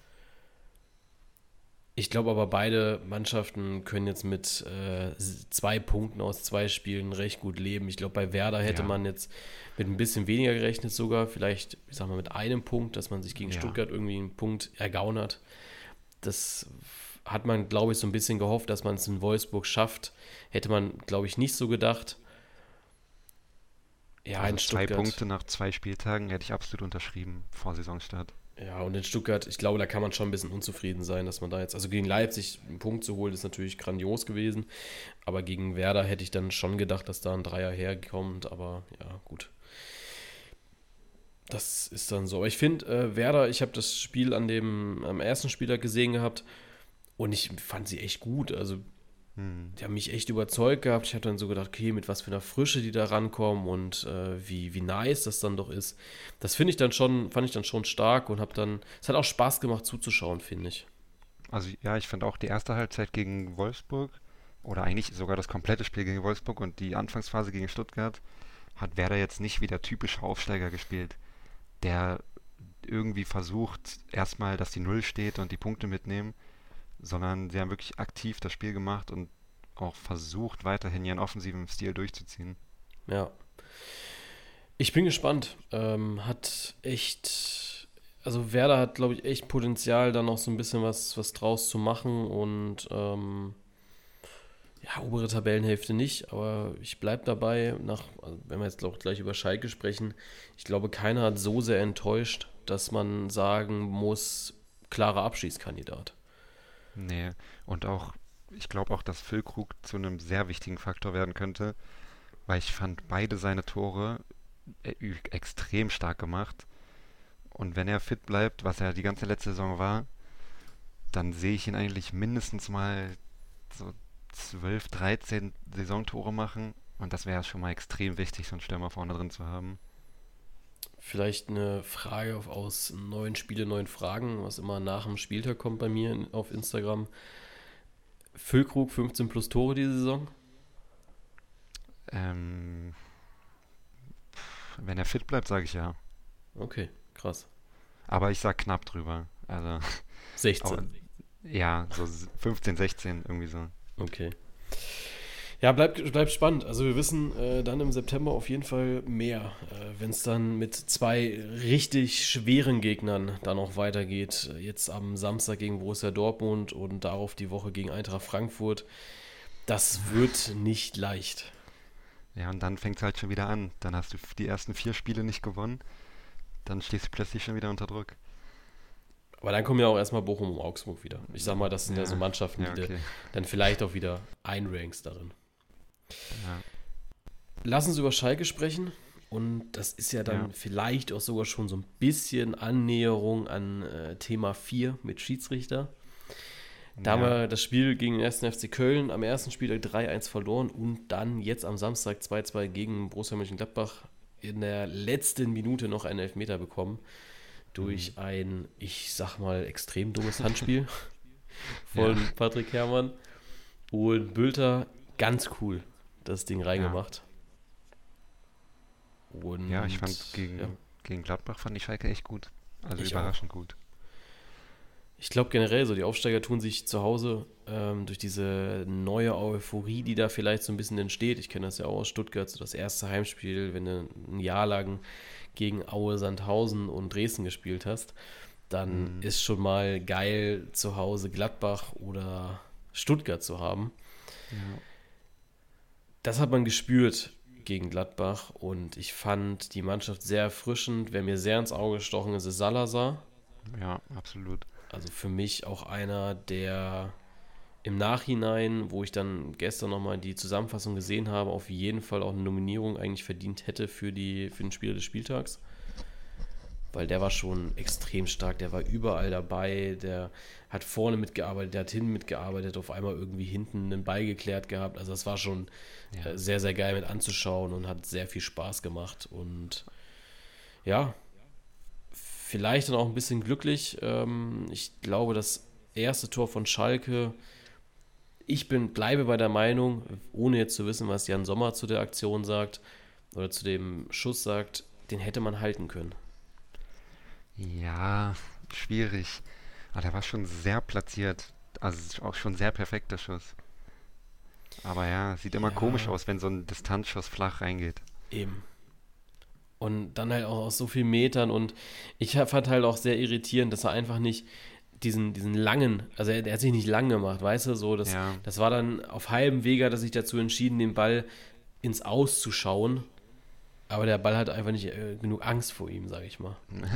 Speaker 1: Ich glaube aber, beide Mannschaften können jetzt mit 2 Punkten aus 2 Spielen recht gut leben. Ich glaube, bei Werder hätte
Speaker 2: ja,
Speaker 1: man jetzt mit ein bisschen weniger gerechnet sogar. Vielleicht, ich sag mal, mit einem Punkt, dass man sich gegen
Speaker 2: ja,
Speaker 1: Stuttgart irgendwie einen Punkt ergaunert. Das hat man, glaube ich, so ein bisschen gehofft, dass man es in Wolfsburg schafft. Hätte man, glaube ich, nicht so gedacht. Ja,
Speaker 2: Also
Speaker 1: in
Speaker 2: 2 Punkte
Speaker 1: Stuttgart.
Speaker 2: nach 2 Spieltagen hätte ich absolut unterschrieben vor Saisonstart.
Speaker 1: Ja, und in Stuttgart, ich glaube, da kann man schon ein bisschen unzufrieden sein, dass man da jetzt, also gegen Leipzig einen Punkt zu holen, ist natürlich grandios gewesen. Aber gegen Werder hätte ich dann schon gedacht, dass da ein Dreier herkommt. Aber ja, gut. Das ist dann so. Aber ich finde, Werder, ich habe das Spiel am ersten Spieltag gesehen gehabt und ich fand sie echt gut. Also,
Speaker 2: Hm.
Speaker 1: die haben mich echt überzeugt gehabt. Ich habe dann so gedacht, okay, mit was für einer Frische die da rankommen und wie nice das dann doch ist. Das fand ich dann schon stark und es hat auch Spaß gemacht zuzuschauen, finde ich.
Speaker 2: Also ja, ich fand auch die erste Halbzeit gegen Wolfsburg oder eigentlich sogar das komplette Spiel gegen Wolfsburg und die Anfangsphase gegen Stuttgart hat Werder jetzt nicht wie der typische Aufsteiger gespielt, der irgendwie versucht, erstmal, dass die Null steht und die Punkte mitnehmen, sondern sie haben wirklich aktiv das Spiel gemacht und auch versucht, weiterhin ihren offensiven Stil durchzuziehen.
Speaker 1: Ja. Ich bin gespannt. Hat echt, also Werder hat, glaube ich, echt Potenzial, da noch so ein bisschen was draus zu machen und ja, obere Tabellenhälfte nicht, aber ich bleibe dabei, also wenn wir jetzt auch gleich über Schalke sprechen, ich glaube, keiner hat so sehr enttäuscht, dass man sagen muss, klarer Abschiedskandidat.
Speaker 2: Nee, und auch, ich glaube auch, dass Füllkrug zu einem sehr wichtigen Faktor werden könnte, weil ich fand beide seine Tore extrem stark gemacht. Und wenn er fit bleibt, was er die ganze letzte Saison war, dann sehe ich ihn eigentlich mindestens mal so 12, 13 Saisontore machen. Und das wäre schon mal extrem wichtig, so einen Stürmer vorne drin zu haben.
Speaker 1: Vielleicht eine Frage aus neuen Spiele, neuen Fragen, was immer nach dem Spieltag kommt bei mir auf Instagram. Füllkrug 15 plus Tore diese Saison?
Speaker 2: Ähm, wenn er fit bleibt, sage ich ja.
Speaker 1: Okay, krass.
Speaker 2: Aber ich sag knapp drüber. Also, aber
Speaker 1: 16.
Speaker 2: ja, so 15, 16 irgendwie so.
Speaker 1: Okay. Ja, bleibt spannend. Also wir wissen dann im September auf jeden Fall mehr, wenn es dann mit zwei richtig schweren Gegnern dann auch weitergeht. Jetzt am Samstag gegen Borussia Dortmund und darauf die Woche gegen Eintracht Frankfurt. Das wird nicht leicht.
Speaker 2: Ja, und dann fängt es halt schon wieder an. Dann hast du die ersten 4 Spiele nicht gewonnen. Dann stehst du plötzlich schon wieder unter Druck.
Speaker 1: Aber dann kommen ja auch erstmal Bochum und Augsburg wieder. Ich sag mal, das sind ja so
Speaker 2: Ja,
Speaker 1: Mannschaften,
Speaker 2: ja,
Speaker 1: die du
Speaker 2: okay.
Speaker 1: dann vielleicht auch wieder einrankst darin.
Speaker 2: Ja,
Speaker 1: Lass uns über Schalke sprechen. Und das ist ja
Speaker 2: ja,
Speaker 1: dann vielleicht auch sogar schon so ein bisschen Annäherung an Thema 4 mit Schiedsrichter. Da haben
Speaker 2: ja,
Speaker 1: wir das Spiel gegen den 1. FC Köln am ersten Spieltag 3-1 verloren und dann jetzt am Samstag 2-2 gegen Borussia Mönchengladbach in der letzten Minute noch einen Elfmeter bekommen
Speaker 2: hm,
Speaker 1: durch ein, ich sag mal, extrem dummes Handspiel
Speaker 2: ja,
Speaker 1: von Patrick Herrmann. Und Bülter, ganz cool, das Ding
Speaker 2: ja.
Speaker 1: reingemacht.
Speaker 2: Ja, ich
Speaker 1: Und
Speaker 2: fand
Speaker 1: ja,
Speaker 2: gegen Gladbach fand ich Schalke echt gut. Also
Speaker 1: ich auch.
Speaker 2: überraschend gut.
Speaker 1: Ich glaube generell so, die Aufsteiger tun sich zu Hause durch diese neue Euphorie, die da vielleicht so ein bisschen entsteht. Ich kenne das ja auch aus Stuttgart, so das erste Heimspiel, wenn du ein Jahr lang gegen Aue, Sandhausen und Dresden gespielt hast, dann
Speaker 2: Hm,
Speaker 1: ist schon mal geil, zu Hause Gladbach oder Stuttgart zu haben.
Speaker 2: ja,
Speaker 1: Das hat man gespürt gegen Gladbach und ich fand die Mannschaft sehr erfrischend. Wer mir sehr ins Auge gestochen ist, ist Salazar.
Speaker 2: ja, absolut.
Speaker 1: Also für mich auch einer, der im Nachhinein, wo ich dann gestern nochmal die Zusammenfassung gesehen habe, auf jeden Fall auch eine Nominierung eigentlich verdient hätte für den Spieler des Spieltags. Weil der war schon extrem stark, der war überall dabei, der hat vorne mitgearbeitet, der hat hinten mitgearbeitet, auf einmal irgendwie hinten einen Ball geklärt gehabt. Also das war schon
Speaker 2: Ja,
Speaker 1: sehr, sehr geil mit anzuschauen und hat sehr viel Spaß gemacht. Und ja, vielleicht dann auch ein bisschen glücklich. Ich glaube, das erste Tor von Schalke, bleibe bei der Meinung, ohne jetzt zu wissen, was Jan Sommer zu der Aktion sagt oder zu dem Schuss sagt, den hätte man halten können.
Speaker 2: ja, schwierig. Aber der war schon sehr platziert. Also es ist auch schon sehr perfekter Schuss. Aber ja, sieht immer komisch
Speaker 1: Ja,
Speaker 2: aus, wenn so ein Distanzschuss flach reingeht.
Speaker 1: eben. Und dann halt auch aus so vielen Metern. Und fand halt auch sehr irritierend, dass er einfach nicht diesen langen, also er hat sich nicht lang gemacht, weißt du, so,
Speaker 2: Ja,
Speaker 1: das war dann auf halbem Wege, hat er sich dazu entschieden, den Ball ins Aus zu schauen. Aber der Ball hat einfach nicht genug Angst vor ihm, sage ich mal.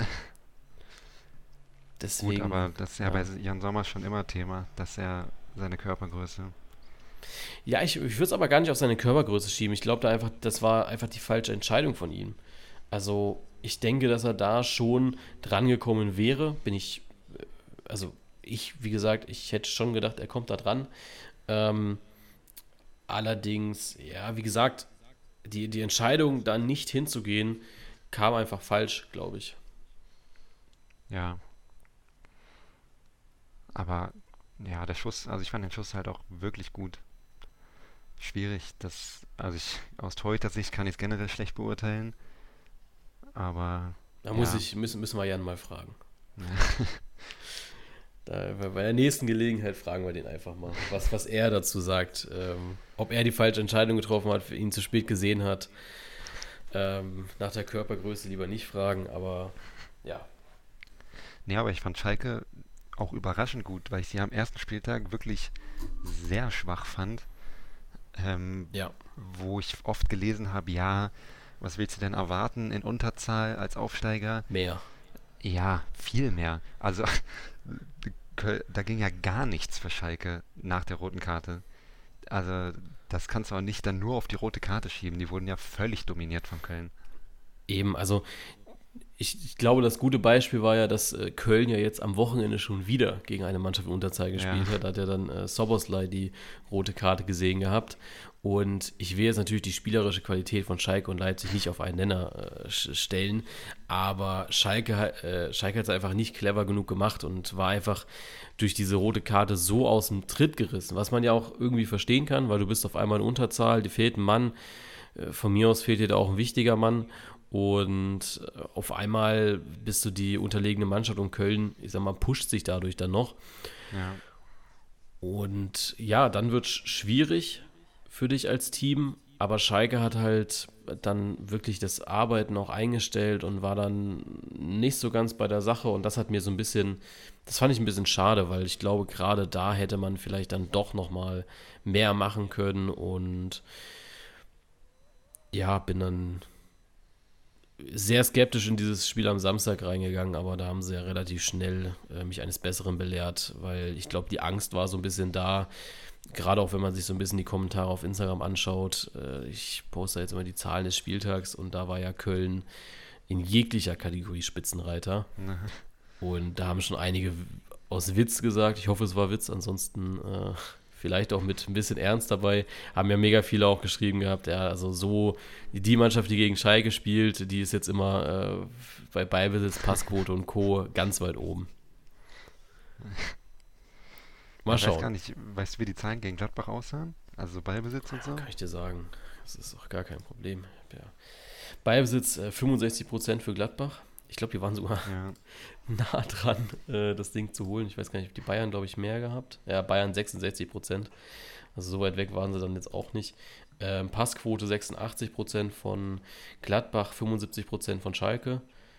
Speaker 2: Gut,
Speaker 1: Deswegen,
Speaker 2: aber das ist ja
Speaker 1: ja.
Speaker 2: bei Jan Sommer schon immer Thema, dass er seine Körpergröße.
Speaker 1: Ja, ich würde es aber gar nicht auf seine Körpergröße schieben. Ich glaube das war einfach die falsche Entscheidung von ihm. Also, ich denke, dass er da schon drangekommen wäre. Also wie gesagt, ich hätte schon gedacht, er kommt da dran. Ähm, Allerdings, ja, wie gesagt, die Entscheidung, da nicht hinzugehen, kam einfach falsch, glaube ich.
Speaker 2: Ja, aber ja, der Schuss, also ich fand den Schuss halt auch wirklich gut. Schwierig, also aus Torhüter-Sicht kann ich es generell schlecht beurteilen, aber
Speaker 1: Da
Speaker 2: ja,
Speaker 1: müssen wir Jan mal fragen. Bei der nächsten Gelegenheit fragen wir den einfach mal, was er dazu sagt. Ob er die falsche Entscheidung getroffen hat, ihn zu spät gesehen hat. Nach der Körpergröße lieber nicht fragen, aber ja.
Speaker 2: nee, aber ich fand Schalke auch überraschend gut, weil ich sie am ersten Spieltag wirklich sehr schwach fand,
Speaker 1: Ja,
Speaker 2: wo ich oft gelesen habe, ja, was willst du denn erwarten in Unterzahl als Aufsteiger?
Speaker 1: mehr.
Speaker 2: Ja, viel mehr. Also da ging ja gar nichts für Schalke nach der roten Karte. Also das kannst du auch nicht dann nur auf die rote Karte schieben. Die wurden ja völlig dominiert von Köln.
Speaker 1: Eben, also ich glaube, das gute Beispiel war ja, dass Köln ja jetzt am Wochenende schon wieder gegen eine Mannschaft in Unterzahl
Speaker 2: Ja,
Speaker 1: gespielt hat. Da hat ja dann Szoboszlai die rote Karte gesehen gehabt. Und ich will jetzt natürlich die spielerische Qualität von Schalke und Leipzig nicht auf einen Nenner stellen, aber Schalke hat es einfach nicht clever genug gemacht und war einfach durch diese rote Karte so aus dem Tritt gerissen, was man ja auch irgendwie verstehen kann, weil du bist auf einmal in Unterzahl, dir fehlt ein Mann, von mir aus fehlt dir da auch ein wichtiger Mann und auf einmal bist du die unterlegene Mannschaft und Köln, ich sag mal, pusht sich dadurch dann noch.
Speaker 2: ja.
Speaker 1: Und ja, dann wird es schwierig für dich als Team, aber Schalke hat halt dann wirklich das Arbeiten auch eingestellt und war dann nicht so ganz bei der Sache und das fand ich ein bisschen schade, weil ich glaube, gerade da hätte man vielleicht dann doch nochmal mehr machen können und ja, bin dann sehr skeptisch in dieses Spiel am Samstag reingegangen, aber da haben sie ja relativ schnell mich eines Besseren belehrt, weil ich glaube, die Angst war so ein bisschen da, gerade auch wenn man sich so ein bisschen die Kommentare auf Instagram anschaut. Ich poste jetzt immer die Zahlen des Spieltags und da war ja Köln in jeglicher Kategorie Spitzenreiter
Speaker 2: Na,
Speaker 1: und da haben schon einige aus Witz gesagt, ich hoffe, es war Witz, ansonsten vielleicht auch mit ein bisschen Ernst dabei, haben ja mega viele auch geschrieben gehabt, ja, also so, die Mannschaft, die gegen Schalke spielt, die ist jetzt immer bei Ballbesitz, Passquote und Co. ganz weit oben. Mal
Speaker 2: ich weiß
Speaker 1: schauen.
Speaker 2: gar nicht, weißt du, wie die Zahlen gegen Gladbach aussahen? Also Ballbesitz und so?
Speaker 1: Kann ich dir sagen, das ist auch gar kein Problem. Ja. Ballbesitz 65% für Gladbach. Ich glaube, die waren sogar
Speaker 2: Ja,
Speaker 1: nah dran, das Ding zu holen. Ich weiß gar nicht, die Bayern, glaube ich, mehr gehabt. Ja, Bayern 66%. Also so weit weg waren sie dann jetzt auch nicht. Passquote 86% von Gladbach, 75% von Schalke.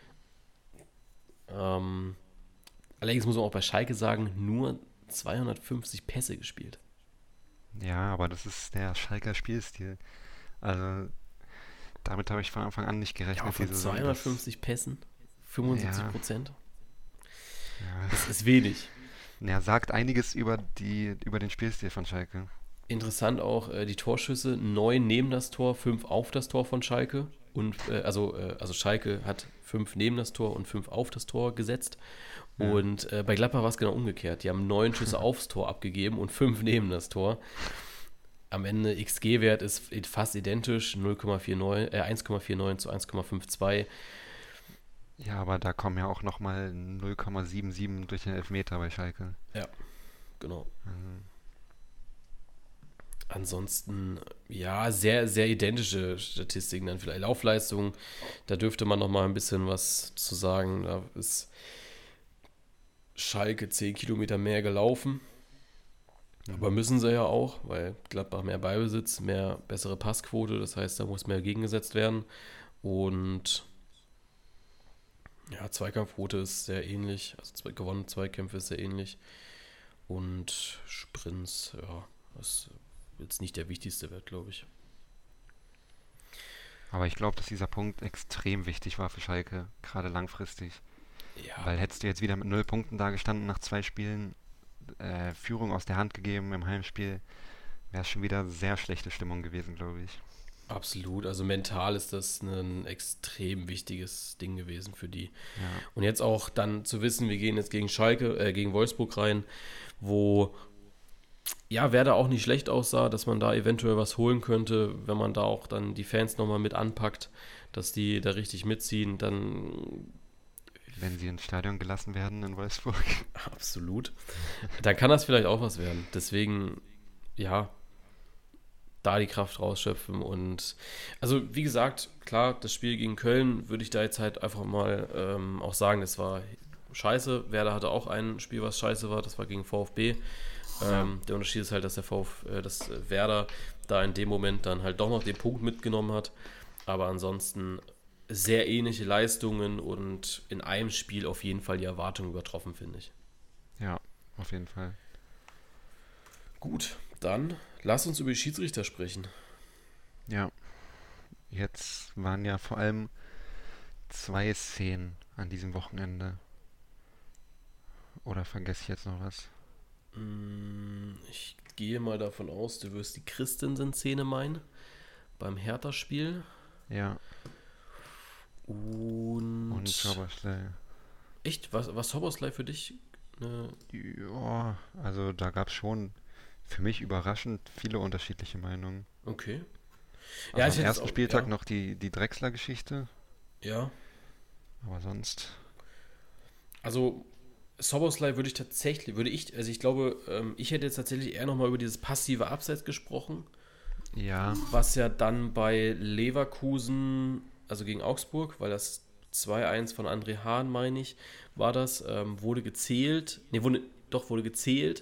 Speaker 1: Ähm, Allerdings muss man auch bei Schalke sagen, nur 250 Pässe gespielt.
Speaker 2: ja, aber das ist der Schalker Spielstil. Also damit habe ich von Anfang an nicht
Speaker 1: Ja, aber
Speaker 2: gerechnet, die
Speaker 1: von
Speaker 2: Saison. Das,
Speaker 1: 250 Pässen
Speaker 2: ja,
Speaker 1: 75%. Das
Speaker 2: ja,
Speaker 1: ist wenig.
Speaker 2: ja, sagt einiges über den Spielstil von Schalke.
Speaker 1: Interessant auch die Torschüsse: 9 neben das Tor, 5 auf das Tor von Schalke. Also Schalke hat 5 neben das Tor und 5 auf das Tor gesetzt.
Speaker 2: Ja.
Speaker 1: Und bei Gladbach war es genau umgekehrt. Die haben 9 Schüsse aufs Tor abgegeben und 5 neben das Tor. Am Ende XG-Wert ist fast identisch, 1,49 zu 1,52.
Speaker 2: Ja, aber da kommen ja auch nochmal 0,77 durch den Elfmeter bei Schalke.
Speaker 1: Ja, genau.
Speaker 2: Also,
Speaker 1: Ansonsten, ja, sehr, sehr identische Statistiken dann vielleicht. Laufleistung, da dürfte man noch mal ein bisschen was zu sagen. Da ist Schalke 10 Kilometer mehr gelaufen. Aber
Speaker 2: mhm.
Speaker 1: müssen sie ja auch, weil Gladbach mehr Ballbesitz, mehr bessere Passquote. Das heißt, da muss mehr gegengesetzt werden. Und ja, Zweikampfquote ist sehr ähnlich. Also gewonnene Zweikämpfe ist sehr ähnlich. Und Sprints, ja, das ist jetzt nicht der wichtigste Wert, glaube ich.
Speaker 2: Aber ich glaube, dass dieser Punkt extrem wichtig war für Schalke, gerade langfristig.
Speaker 1: Ja,
Speaker 2: Weil hättest du jetzt wieder mit 0 Punkten dagestanden nach 2 Spielen, Führung aus der Hand gegeben im Heimspiel, wäre es schon wieder sehr schlechte Stimmung gewesen, glaube ich.
Speaker 1: absolut. Also mental ist das ein extrem wichtiges Ding gewesen für die.
Speaker 2: Ja,
Speaker 1: Und jetzt auch dann zu wissen, wir gehen jetzt gegen Schalke, gegen Wolfsburg rein, wo ja Werder auch nicht schlecht aussah, dass man da eventuell was holen könnte, wenn man da auch dann die Fans nochmal mit anpackt, dass die da richtig mitziehen, dann
Speaker 2: wenn sie ins Stadion gelassen werden in Wolfsburg.
Speaker 1: absolut. Dann kann das vielleicht auch was werden. Deswegen, ja, da die Kraft rausschöpfen und also wie gesagt, klar, das Spiel gegen Köln würde ich da jetzt halt einfach mal auch sagen, das war scheiße. Werder hatte auch ein Spiel, was scheiße war, das war gegen VfB.
Speaker 2: Ja,
Speaker 1: Der Unterschied ist halt, dass dass Werder da in dem Moment dann halt doch noch den Punkt mitgenommen hat, aber ansonsten sehr ähnliche Leistungen und in einem Spiel auf jeden Fall die Erwartungen übertroffen, finde ich.
Speaker 2: ja, auf jeden Fall.
Speaker 1: Gut, dann lass uns über die Schiedsrichter sprechen.
Speaker 2: Ja, jetzt waren ja vor allem 2 Szenen an diesem Wochenende. Oder vergesse ich jetzt noch was?
Speaker 1: Ich gehe mal davon aus, du wirst die Christensen-Szene meinen beim Hertha-Spiel.
Speaker 2: Ja, und
Speaker 1: Und
Speaker 2: Szoboszlai.
Speaker 1: echt, was Szoboszlai für dich? Ne,
Speaker 2: Ja, also da gab es schon für mich überraschend viele unterschiedliche Meinungen.
Speaker 1: okay. Ja,
Speaker 2: Also
Speaker 1: ich
Speaker 2: am
Speaker 1: hätte es
Speaker 2: ersten
Speaker 1: auch,
Speaker 2: Spieltag
Speaker 1: ja,
Speaker 2: noch die Drexler-Geschichte,
Speaker 1: ja.
Speaker 2: aber sonst,
Speaker 1: Also Szoboszlai also ich glaube, ich hätte jetzt tatsächlich eher nochmal über dieses passive Abseits gesprochen,
Speaker 2: ja,
Speaker 1: was ja dann bei Leverkusen, also gegen Augsburg, weil das 2-1 von André Hahn, meine ich, war das, wurde gezählt, wurde gezählt,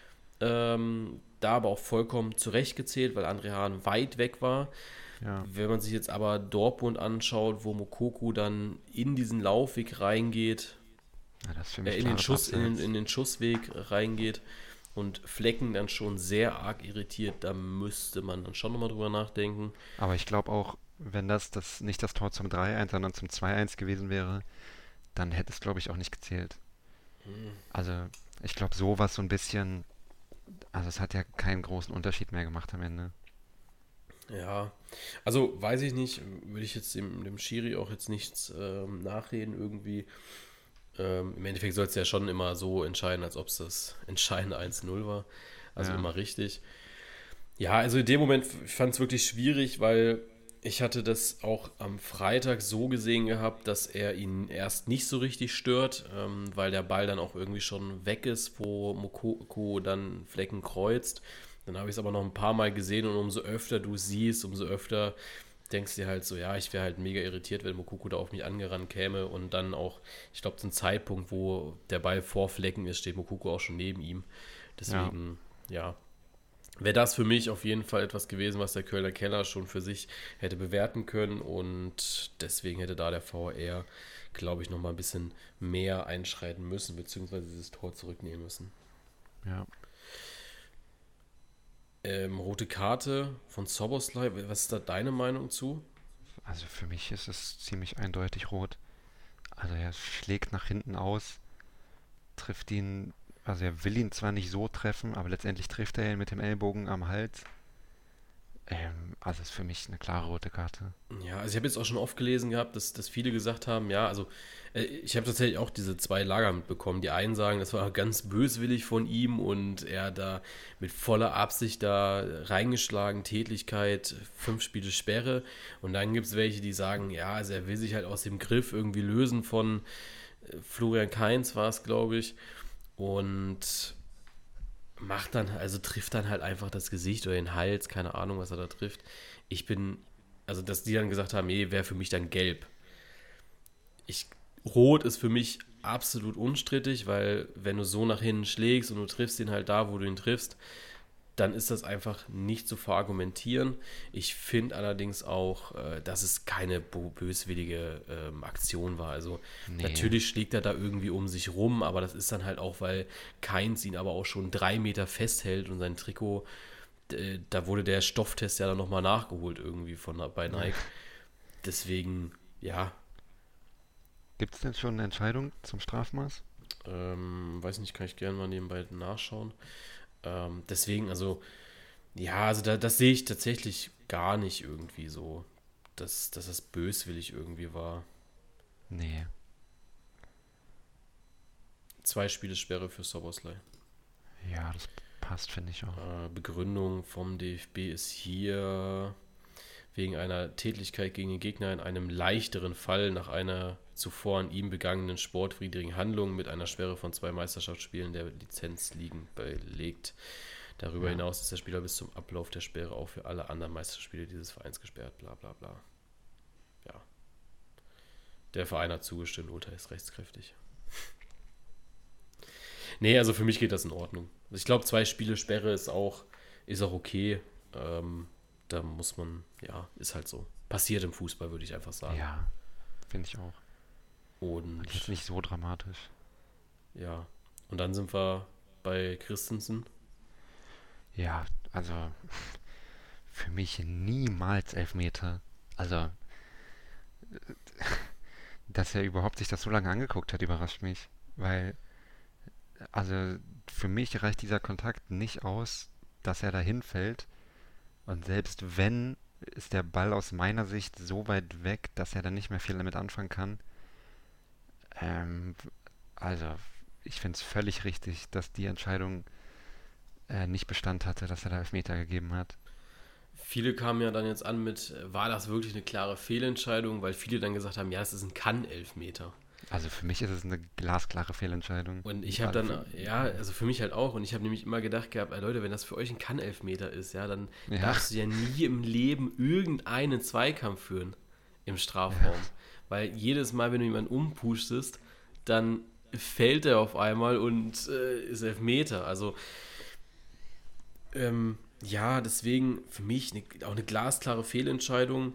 Speaker 1: da aber auch vollkommen zurecht gezählt, weil André Hahn weit weg war.
Speaker 2: ja,
Speaker 1: Wenn man sich jetzt aber Dortmund anschaut, wo Moukoko dann in diesen Laufweg reingeht,
Speaker 2: ja, das ist für mich
Speaker 1: in den
Speaker 2: klares Abseits.
Speaker 1: in den Schussweg reingeht und Flecken dann schon sehr arg irritiert, da müsste man dann schon nochmal drüber nachdenken.
Speaker 2: Aber ich glaube auch, wenn das nicht das Tor zum 3-1, sondern zum 2-1 gewesen wäre, dann hätte es, glaube ich, auch nicht gezählt. Also ich glaube, sowas so ein bisschen, also es hat ja keinen großen Unterschied mehr gemacht am Ende.
Speaker 1: Ja, also weiß ich nicht, würde ich jetzt dem Schiri auch jetzt nichts nachreden irgendwie. Im Endeffekt soll es ja schon immer so entscheiden, als ob es das entscheidende 1-0 war. Also
Speaker 2: Ja,
Speaker 1: immer richtig. Ja, also in dem Moment, ich fand es wirklich schwierig, weil ich hatte das auch am Freitag so gesehen gehabt, dass er ihn erst nicht so richtig stört, weil der Ball dann auch irgendwie schon weg ist, wo Mokoko dann Flecken kreuzt. Dann habe ich es aber noch ein paar Mal gesehen und umso öfter du es siehst, umso öfter denkst du dir halt so, ja, ich wäre halt mega irritiert, wenn Mokoko da auf mich angerannt käme und dann auch, ich glaube, zum Zeitpunkt, wo der Ball vor Flecken ist, steht Mokoko auch schon neben ihm.
Speaker 2: ja,
Speaker 1: Deswegen, ja, wäre das für mich auf jeden Fall etwas gewesen, was der Kölner Keller schon für sich hätte bewerten können und deswegen hätte da der VR, glaube ich, nochmal ein bisschen mehr einschreiten müssen, beziehungsweise dieses Tor zurücknehmen müssen.
Speaker 2: ja.
Speaker 1: Rote Karte von Szoboszlai, was ist da deine Meinung zu?
Speaker 2: Also für mich ist es ziemlich eindeutig rot. Also er schlägt nach hinten aus, trifft ihn, also er will ihn zwar nicht so treffen, aber letztendlich trifft er ihn mit dem Ellbogen am Hals. Also ist für mich eine klare rote Karte.
Speaker 1: Ja, also ich habe jetzt auch schon oft gelesen gehabt, dass viele gesagt haben, ja, also ich habe tatsächlich auch diese zwei Lager mitbekommen. Die einen sagen, das war ganz böswillig von ihm und er hat da mit voller Absicht da reingeschlagen, Tätlichkeit, 5 Spiele Sperre. Und dann gibt es welche, die sagen, ja, also er will sich halt aus dem Griff irgendwie lösen von Florian Kainz war es, glaube ich. Und also trifft dann halt einfach das Gesicht oder den Hals, keine Ahnung, was er da trifft. Ich bin, also dass die dann gesagt haben, nee, wäre für mich dann gelb. Ich, Rot ist für mich absolut unstrittig, weil wenn du so nach hinten schlägst und du triffst ihn halt da, wo du ihn triffst, dann ist das einfach nicht zu verargumentieren. Ich finde allerdings auch, dass es keine böswillige Aktion war. Also
Speaker 2: Nee,
Speaker 1: natürlich schlägt er da irgendwie um sich rum, aber das ist dann halt auch, weil Keins ihn aber auch schon 3 Meter festhält und sein Trikot, da wurde der Stofftest ja dann nochmal nachgeholt irgendwie bei
Speaker 2: ja,
Speaker 1: Nike. deswegen, ja,
Speaker 2: Gibt es denn schon eine Entscheidung zum Strafmaß?
Speaker 1: weiß nicht, kann ich gerne mal nebenbei nachschauen. Deswegen, also, ja, also das sehe ich tatsächlich gar nicht irgendwie so, dass das böswillig irgendwie war.
Speaker 2: Nee.
Speaker 1: 2 Spiele Sperre für Szoboszlai.
Speaker 2: Ja, das passt, finde ich auch.
Speaker 1: Begründung vom DFB ist hier wegen einer Tätlichkeit gegen den Gegner in einem leichteren Fall nach einer zuvor an ihm begangenen sportwidrigen Handlung mit einer Sperre von 2 Meisterschaftsspielen der Lizenz liegen belegt. Darüber
Speaker 2: Ja.
Speaker 1: hinaus ist der Spieler bis zum Ablauf der Sperre auch für alle anderen Meisterspiele dieses Vereins gesperrt, bla bla bla. Ja. Der Verein hat zugestimmt, Urteil ist rechtskräftig. Nee, also für mich geht das in Ordnung. Also ich glaube, 2 Spiele Sperre ist auch okay. Da muss man, ja, ist halt so. Passiert im Fußball, würde ich einfach sagen.
Speaker 2: Ja, finde ich auch.
Speaker 1: Und
Speaker 2: Und jetzt nicht so dramatisch.
Speaker 1: ja, und dann sind wir bei Christensen.
Speaker 2: Ja, also für mich niemals Elfmeter. Also, dass er überhaupt sich das so lange angeguckt hat, überrascht mich. Weil, also für mich reicht dieser Kontakt nicht aus, dass er dahin fällt. Und selbst wenn, ist der Ball aus meiner Sicht so weit weg, dass er dann nicht mehr viel damit anfangen kann. Ähm, also, ich finde es völlig richtig, dass die Entscheidung nicht Bestand hatte, dass er da Elfmeter gegeben hat.
Speaker 1: Viele kamen ja dann jetzt an mit, war das wirklich eine klare Fehlentscheidung, weil viele dann gesagt haben, ja, es ist ein Kann-Elfmeter.
Speaker 2: Also für mich ist es eine glasklare Fehlentscheidung.
Speaker 1: Und ich habe dann, ja, also für mich halt auch, und ich habe nämlich immer gedacht gehabt, Leute, wenn das für euch ein Kann-Elfmeter ist, ja, dann
Speaker 2: Ja,
Speaker 1: darfst du ja nie im Leben irgendeinen Zweikampf führen im Strafraum. Weil jedes Mal, wenn du jemanden umpustest, dann fällt er auf einmal und ist Elfmeter. Also, ja, deswegen für mich auch eine glasklare Fehlentscheidung,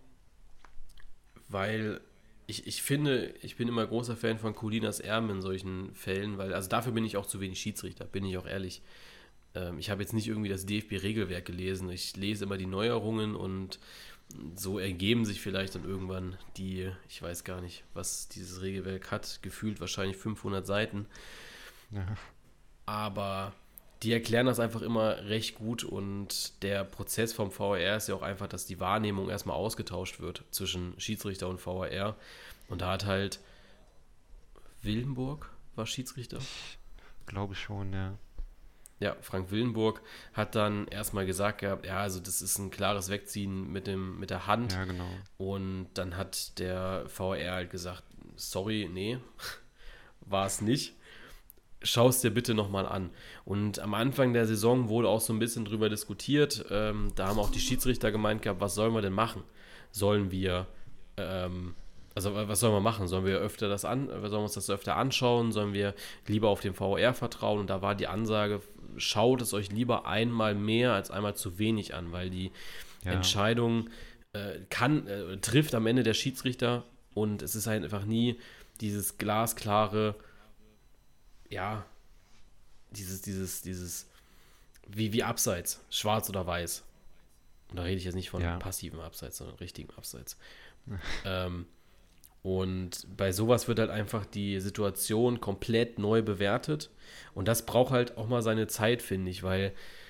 Speaker 1: weil ich finde, ich bin immer großer Fan von Colinas Erben in solchen Fällen, weil, also dafür bin ich auch zu wenig Schiedsrichter, bin ich auch ehrlich. Ich habe jetzt nicht irgendwie das DFB-Regelwerk gelesen, ich lese immer die Neuerungen und so ergeben sich vielleicht dann irgendwann die, ich weiß gar nicht, was dieses Regelwerk hat, gefühlt wahrscheinlich 500 Seiten,
Speaker 2: ja,
Speaker 1: aber die erklären das einfach immer recht gut und der Prozess vom VAR ist ja auch einfach, dass die Wahrnehmung erstmal ausgetauscht wird zwischen Schiedsrichter und VAR und da hat halt Willenburg war Schiedsrichter.
Speaker 2: glaube schon, ja.
Speaker 1: Ja, Frank Willenburg hat dann erstmal gesagt gehabt, ja, also das ist ein klares Wegziehen mit der Hand
Speaker 2: Ja, genau.
Speaker 1: und dann hat der VAR halt gesagt, sorry, nee, war es nicht. Schau es dir bitte nochmal an. Und am Anfang der Saison wurde auch so ein bisschen drüber diskutiert. Da haben auch die Schiedsrichter gemeint gehabt, was sollen wir denn machen? Sollen wir, also was sollen wir machen? Sollen wir sollen wir uns das öfter anschauen? Sollen wir lieber auf den VAR vertrauen? Und da war die Ansage, schaut es euch lieber einmal mehr als einmal zu wenig an, weil die
Speaker 2: Ja,
Speaker 1: Entscheidung trifft am Ende der Schiedsrichter und es ist halt einfach nie dieses glasklare, ja, dieses, wie Abseits, schwarz oder weiß. Und da rede ich jetzt nicht von
Speaker 2: ja,
Speaker 1: passiven Abseits, sondern richtigen Abseits. Ähm, und bei sowas wird halt einfach die Situation komplett neu bewertet. Und das braucht halt auch mal seine Zeit, finde ich, weil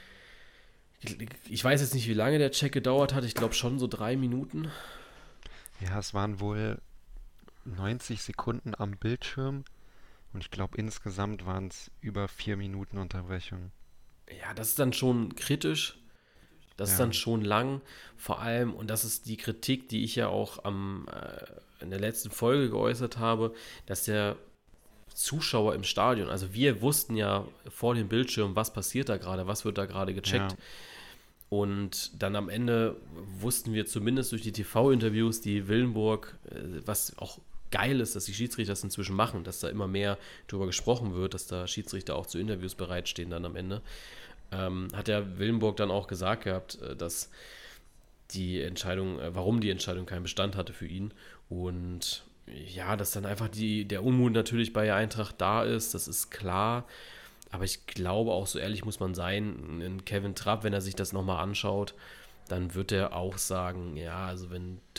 Speaker 1: ich weiß jetzt nicht, wie lange der Check gedauert hat. Ich glaube schon so 3 Minuten.
Speaker 2: ja, es waren wohl 90 Sekunden am Bildschirm und ich glaube insgesamt waren es über 4 Minuten Unterbrechung.
Speaker 1: Ja, das ist dann schon kritisch. Das ist
Speaker 2: Ja,
Speaker 1: dann schon lang. Vor allem, und das ist die Kritik, die ich ja auch in der letzten Folge geäußert habe, dass der Zuschauer im Stadion, also wir wussten ja vor dem Bildschirm, was passiert da gerade, was wird da gerade
Speaker 2: ja,
Speaker 1: gecheckt. Und dann am Ende wussten wir zumindest durch die TV-Interviews, die Willenburg, was auch geil ist, dass die Schiedsrichter das inzwischen machen, dass da immer mehr darüber gesprochen wird, dass da Schiedsrichter auch zu Interviews bereitstehen dann am Ende. Hat der Willenburg dann auch gesagt gehabt, dass die Entscheidung, warum die Entscheidung keinen Bestand hatte für ihn. Und ja, dass dann einfach der Unmut natürlich bei der Eintracht da ist, das ist klar. Aber ich glaube auch, so ehrlich muss man sein, in Kevin Trapp, wenn er sich das nochmal anschaut, dann wird er auch sagen, ja, also wenn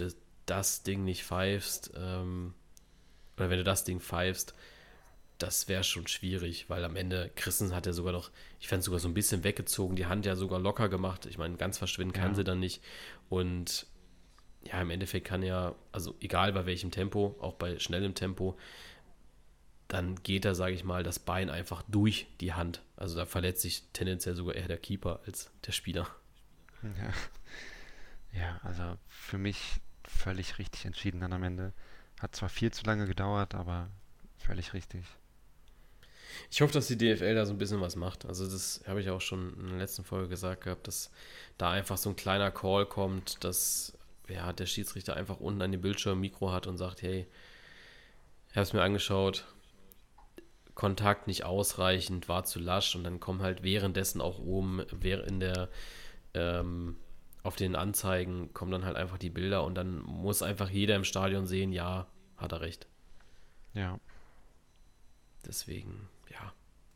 Speaker 1: das Ding nicht pfeifst, oder wenn du das Ding pfeifst, das wäre schon schwierig, weil am Ende, Christensen hat ja sogar noch, ich fand es sogar so ein bisschen weggezogen, die Hand ja sogar locker gemacht. Ich meine, ganz verschwinden kann
Speaker 2: Ja,
Speaker 1: sie dann nicht. Und ja, im Endeffekt kann ja, also egal bei welchem Tempo, auch bei schnellem Tempo, dann geht da, sage ich mal, das Bein einfach durch die Hand. Also da verletzt sich tendenziell sogar eher der Keeper als der Spieler.
Speaker 2: ja, ja, also für mich völlig richtig entschieden dann am Ende. Hat zwar viel zu lange gedauert, aber völlig richtig.
Speaker 1: Ich hoffe, dass die DFL da so ein bisschen was macht. Also das habe ich auch schon in der letzten Folge gesagt gehabt, dass da einfach so ein kleiner Call kommt, dass ja, der Schiedsrichter einfach unten an dem Bildschirm ein Mikro hat und sagt, hey, ich habe es mir angeschaut, Kontakt nicht ausreichend, war zu lasch und dann kommen halt währenddessen auch oben in der auf den Anzeigen kommen dann halt einfach die Bilder und dann muss einfach jeder im Stadion sehen, ja, hat er recht.
Speaker 2: Ja,
Speaker 1: Deswegen, ja,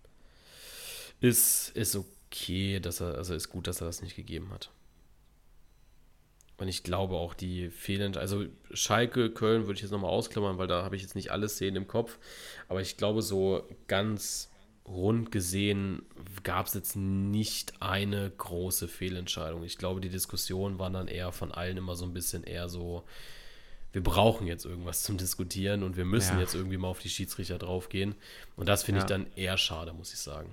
Speaker 1: ist okay, also ist gut, dass er das nicht gegeben hat. Und ich glaube auch die also Schalke, Köln würde ich jetzt nochmal ausklammern, weil da habe ich jetzt nicht alles sehen im Kopf. Aber ich glaube, so ganz rund gesehen gab es jetzt nicht eine große Fehlentscheidung. Ich glaube, die Diskussion war dann eher von allen immer so ein bisschen eher so, wir brauchen jetzt irgendwas zum Diskutieren und wir müssen
Speaker 2: ja,
Speaker 1: jetzt irgendwie mal auf die Schiedsrichter draufgehen. Und das finde ich
Speaker 2: ja,
Speaker 1: dann eher schade, muss ich sagen.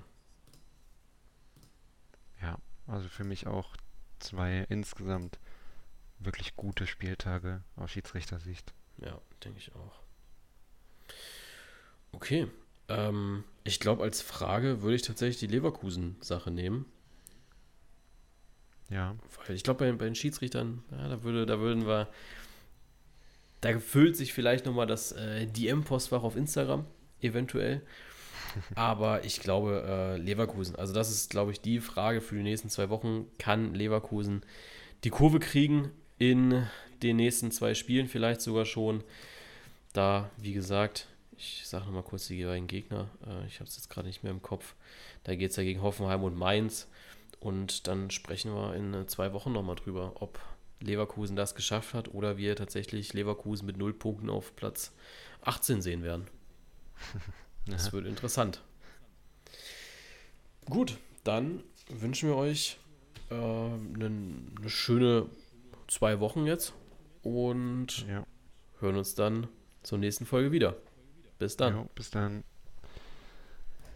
Speaker 2: ja. Also für mich auch zwei insgesamt wirklich gute Spieltage aus Schiedsrichtersicht.
Speaker 1: Ja, denke ich auch. Okay. Ich glaube, als Frage würde ich tatsächlich die Leverkusen-Sache nehmen.
Speaker 2: Ja,
Speaker 1: Weil ich glaube, bei den Schiedsrichtern, ja, da würden wir, da füllt sich vielleicht nochmal das DM-Postfach auf Instagram, eventuell. Aber ich glaube, Leverkusen, also das ist, glaube ich, die Frage für die nächsten 2 Wochen. Kann Leverkusen die Kurve kriegen in den nächsten 2 Spielen, vielleicht sogar schon? Da, wie gesagt, ich sage nochmal kurz die jeweiligen Gegner. Ich habe es jetzt gerade nicht mehr im Kopf. Da geht es ja gegen Hoffenheim und Mainz. Und dann sprechen wir in 2 Wochen nochmal drüber, ob Leverkusen das geschafft hat oder wir tatsächlich Leverkusen mit 0 Punkten auf Platz 18 sehen werden. Das
Speaker 2: ja,
Speaker 1: wird interessant. Gut, dann wünschen wir euch eine schöne 2 Wochen jetzt und
Speaker 2: ja,
Speaker 1: hören uns dann zur nächsten Folge wieder. Bis dann.
Speaker 2: jo, bis dann.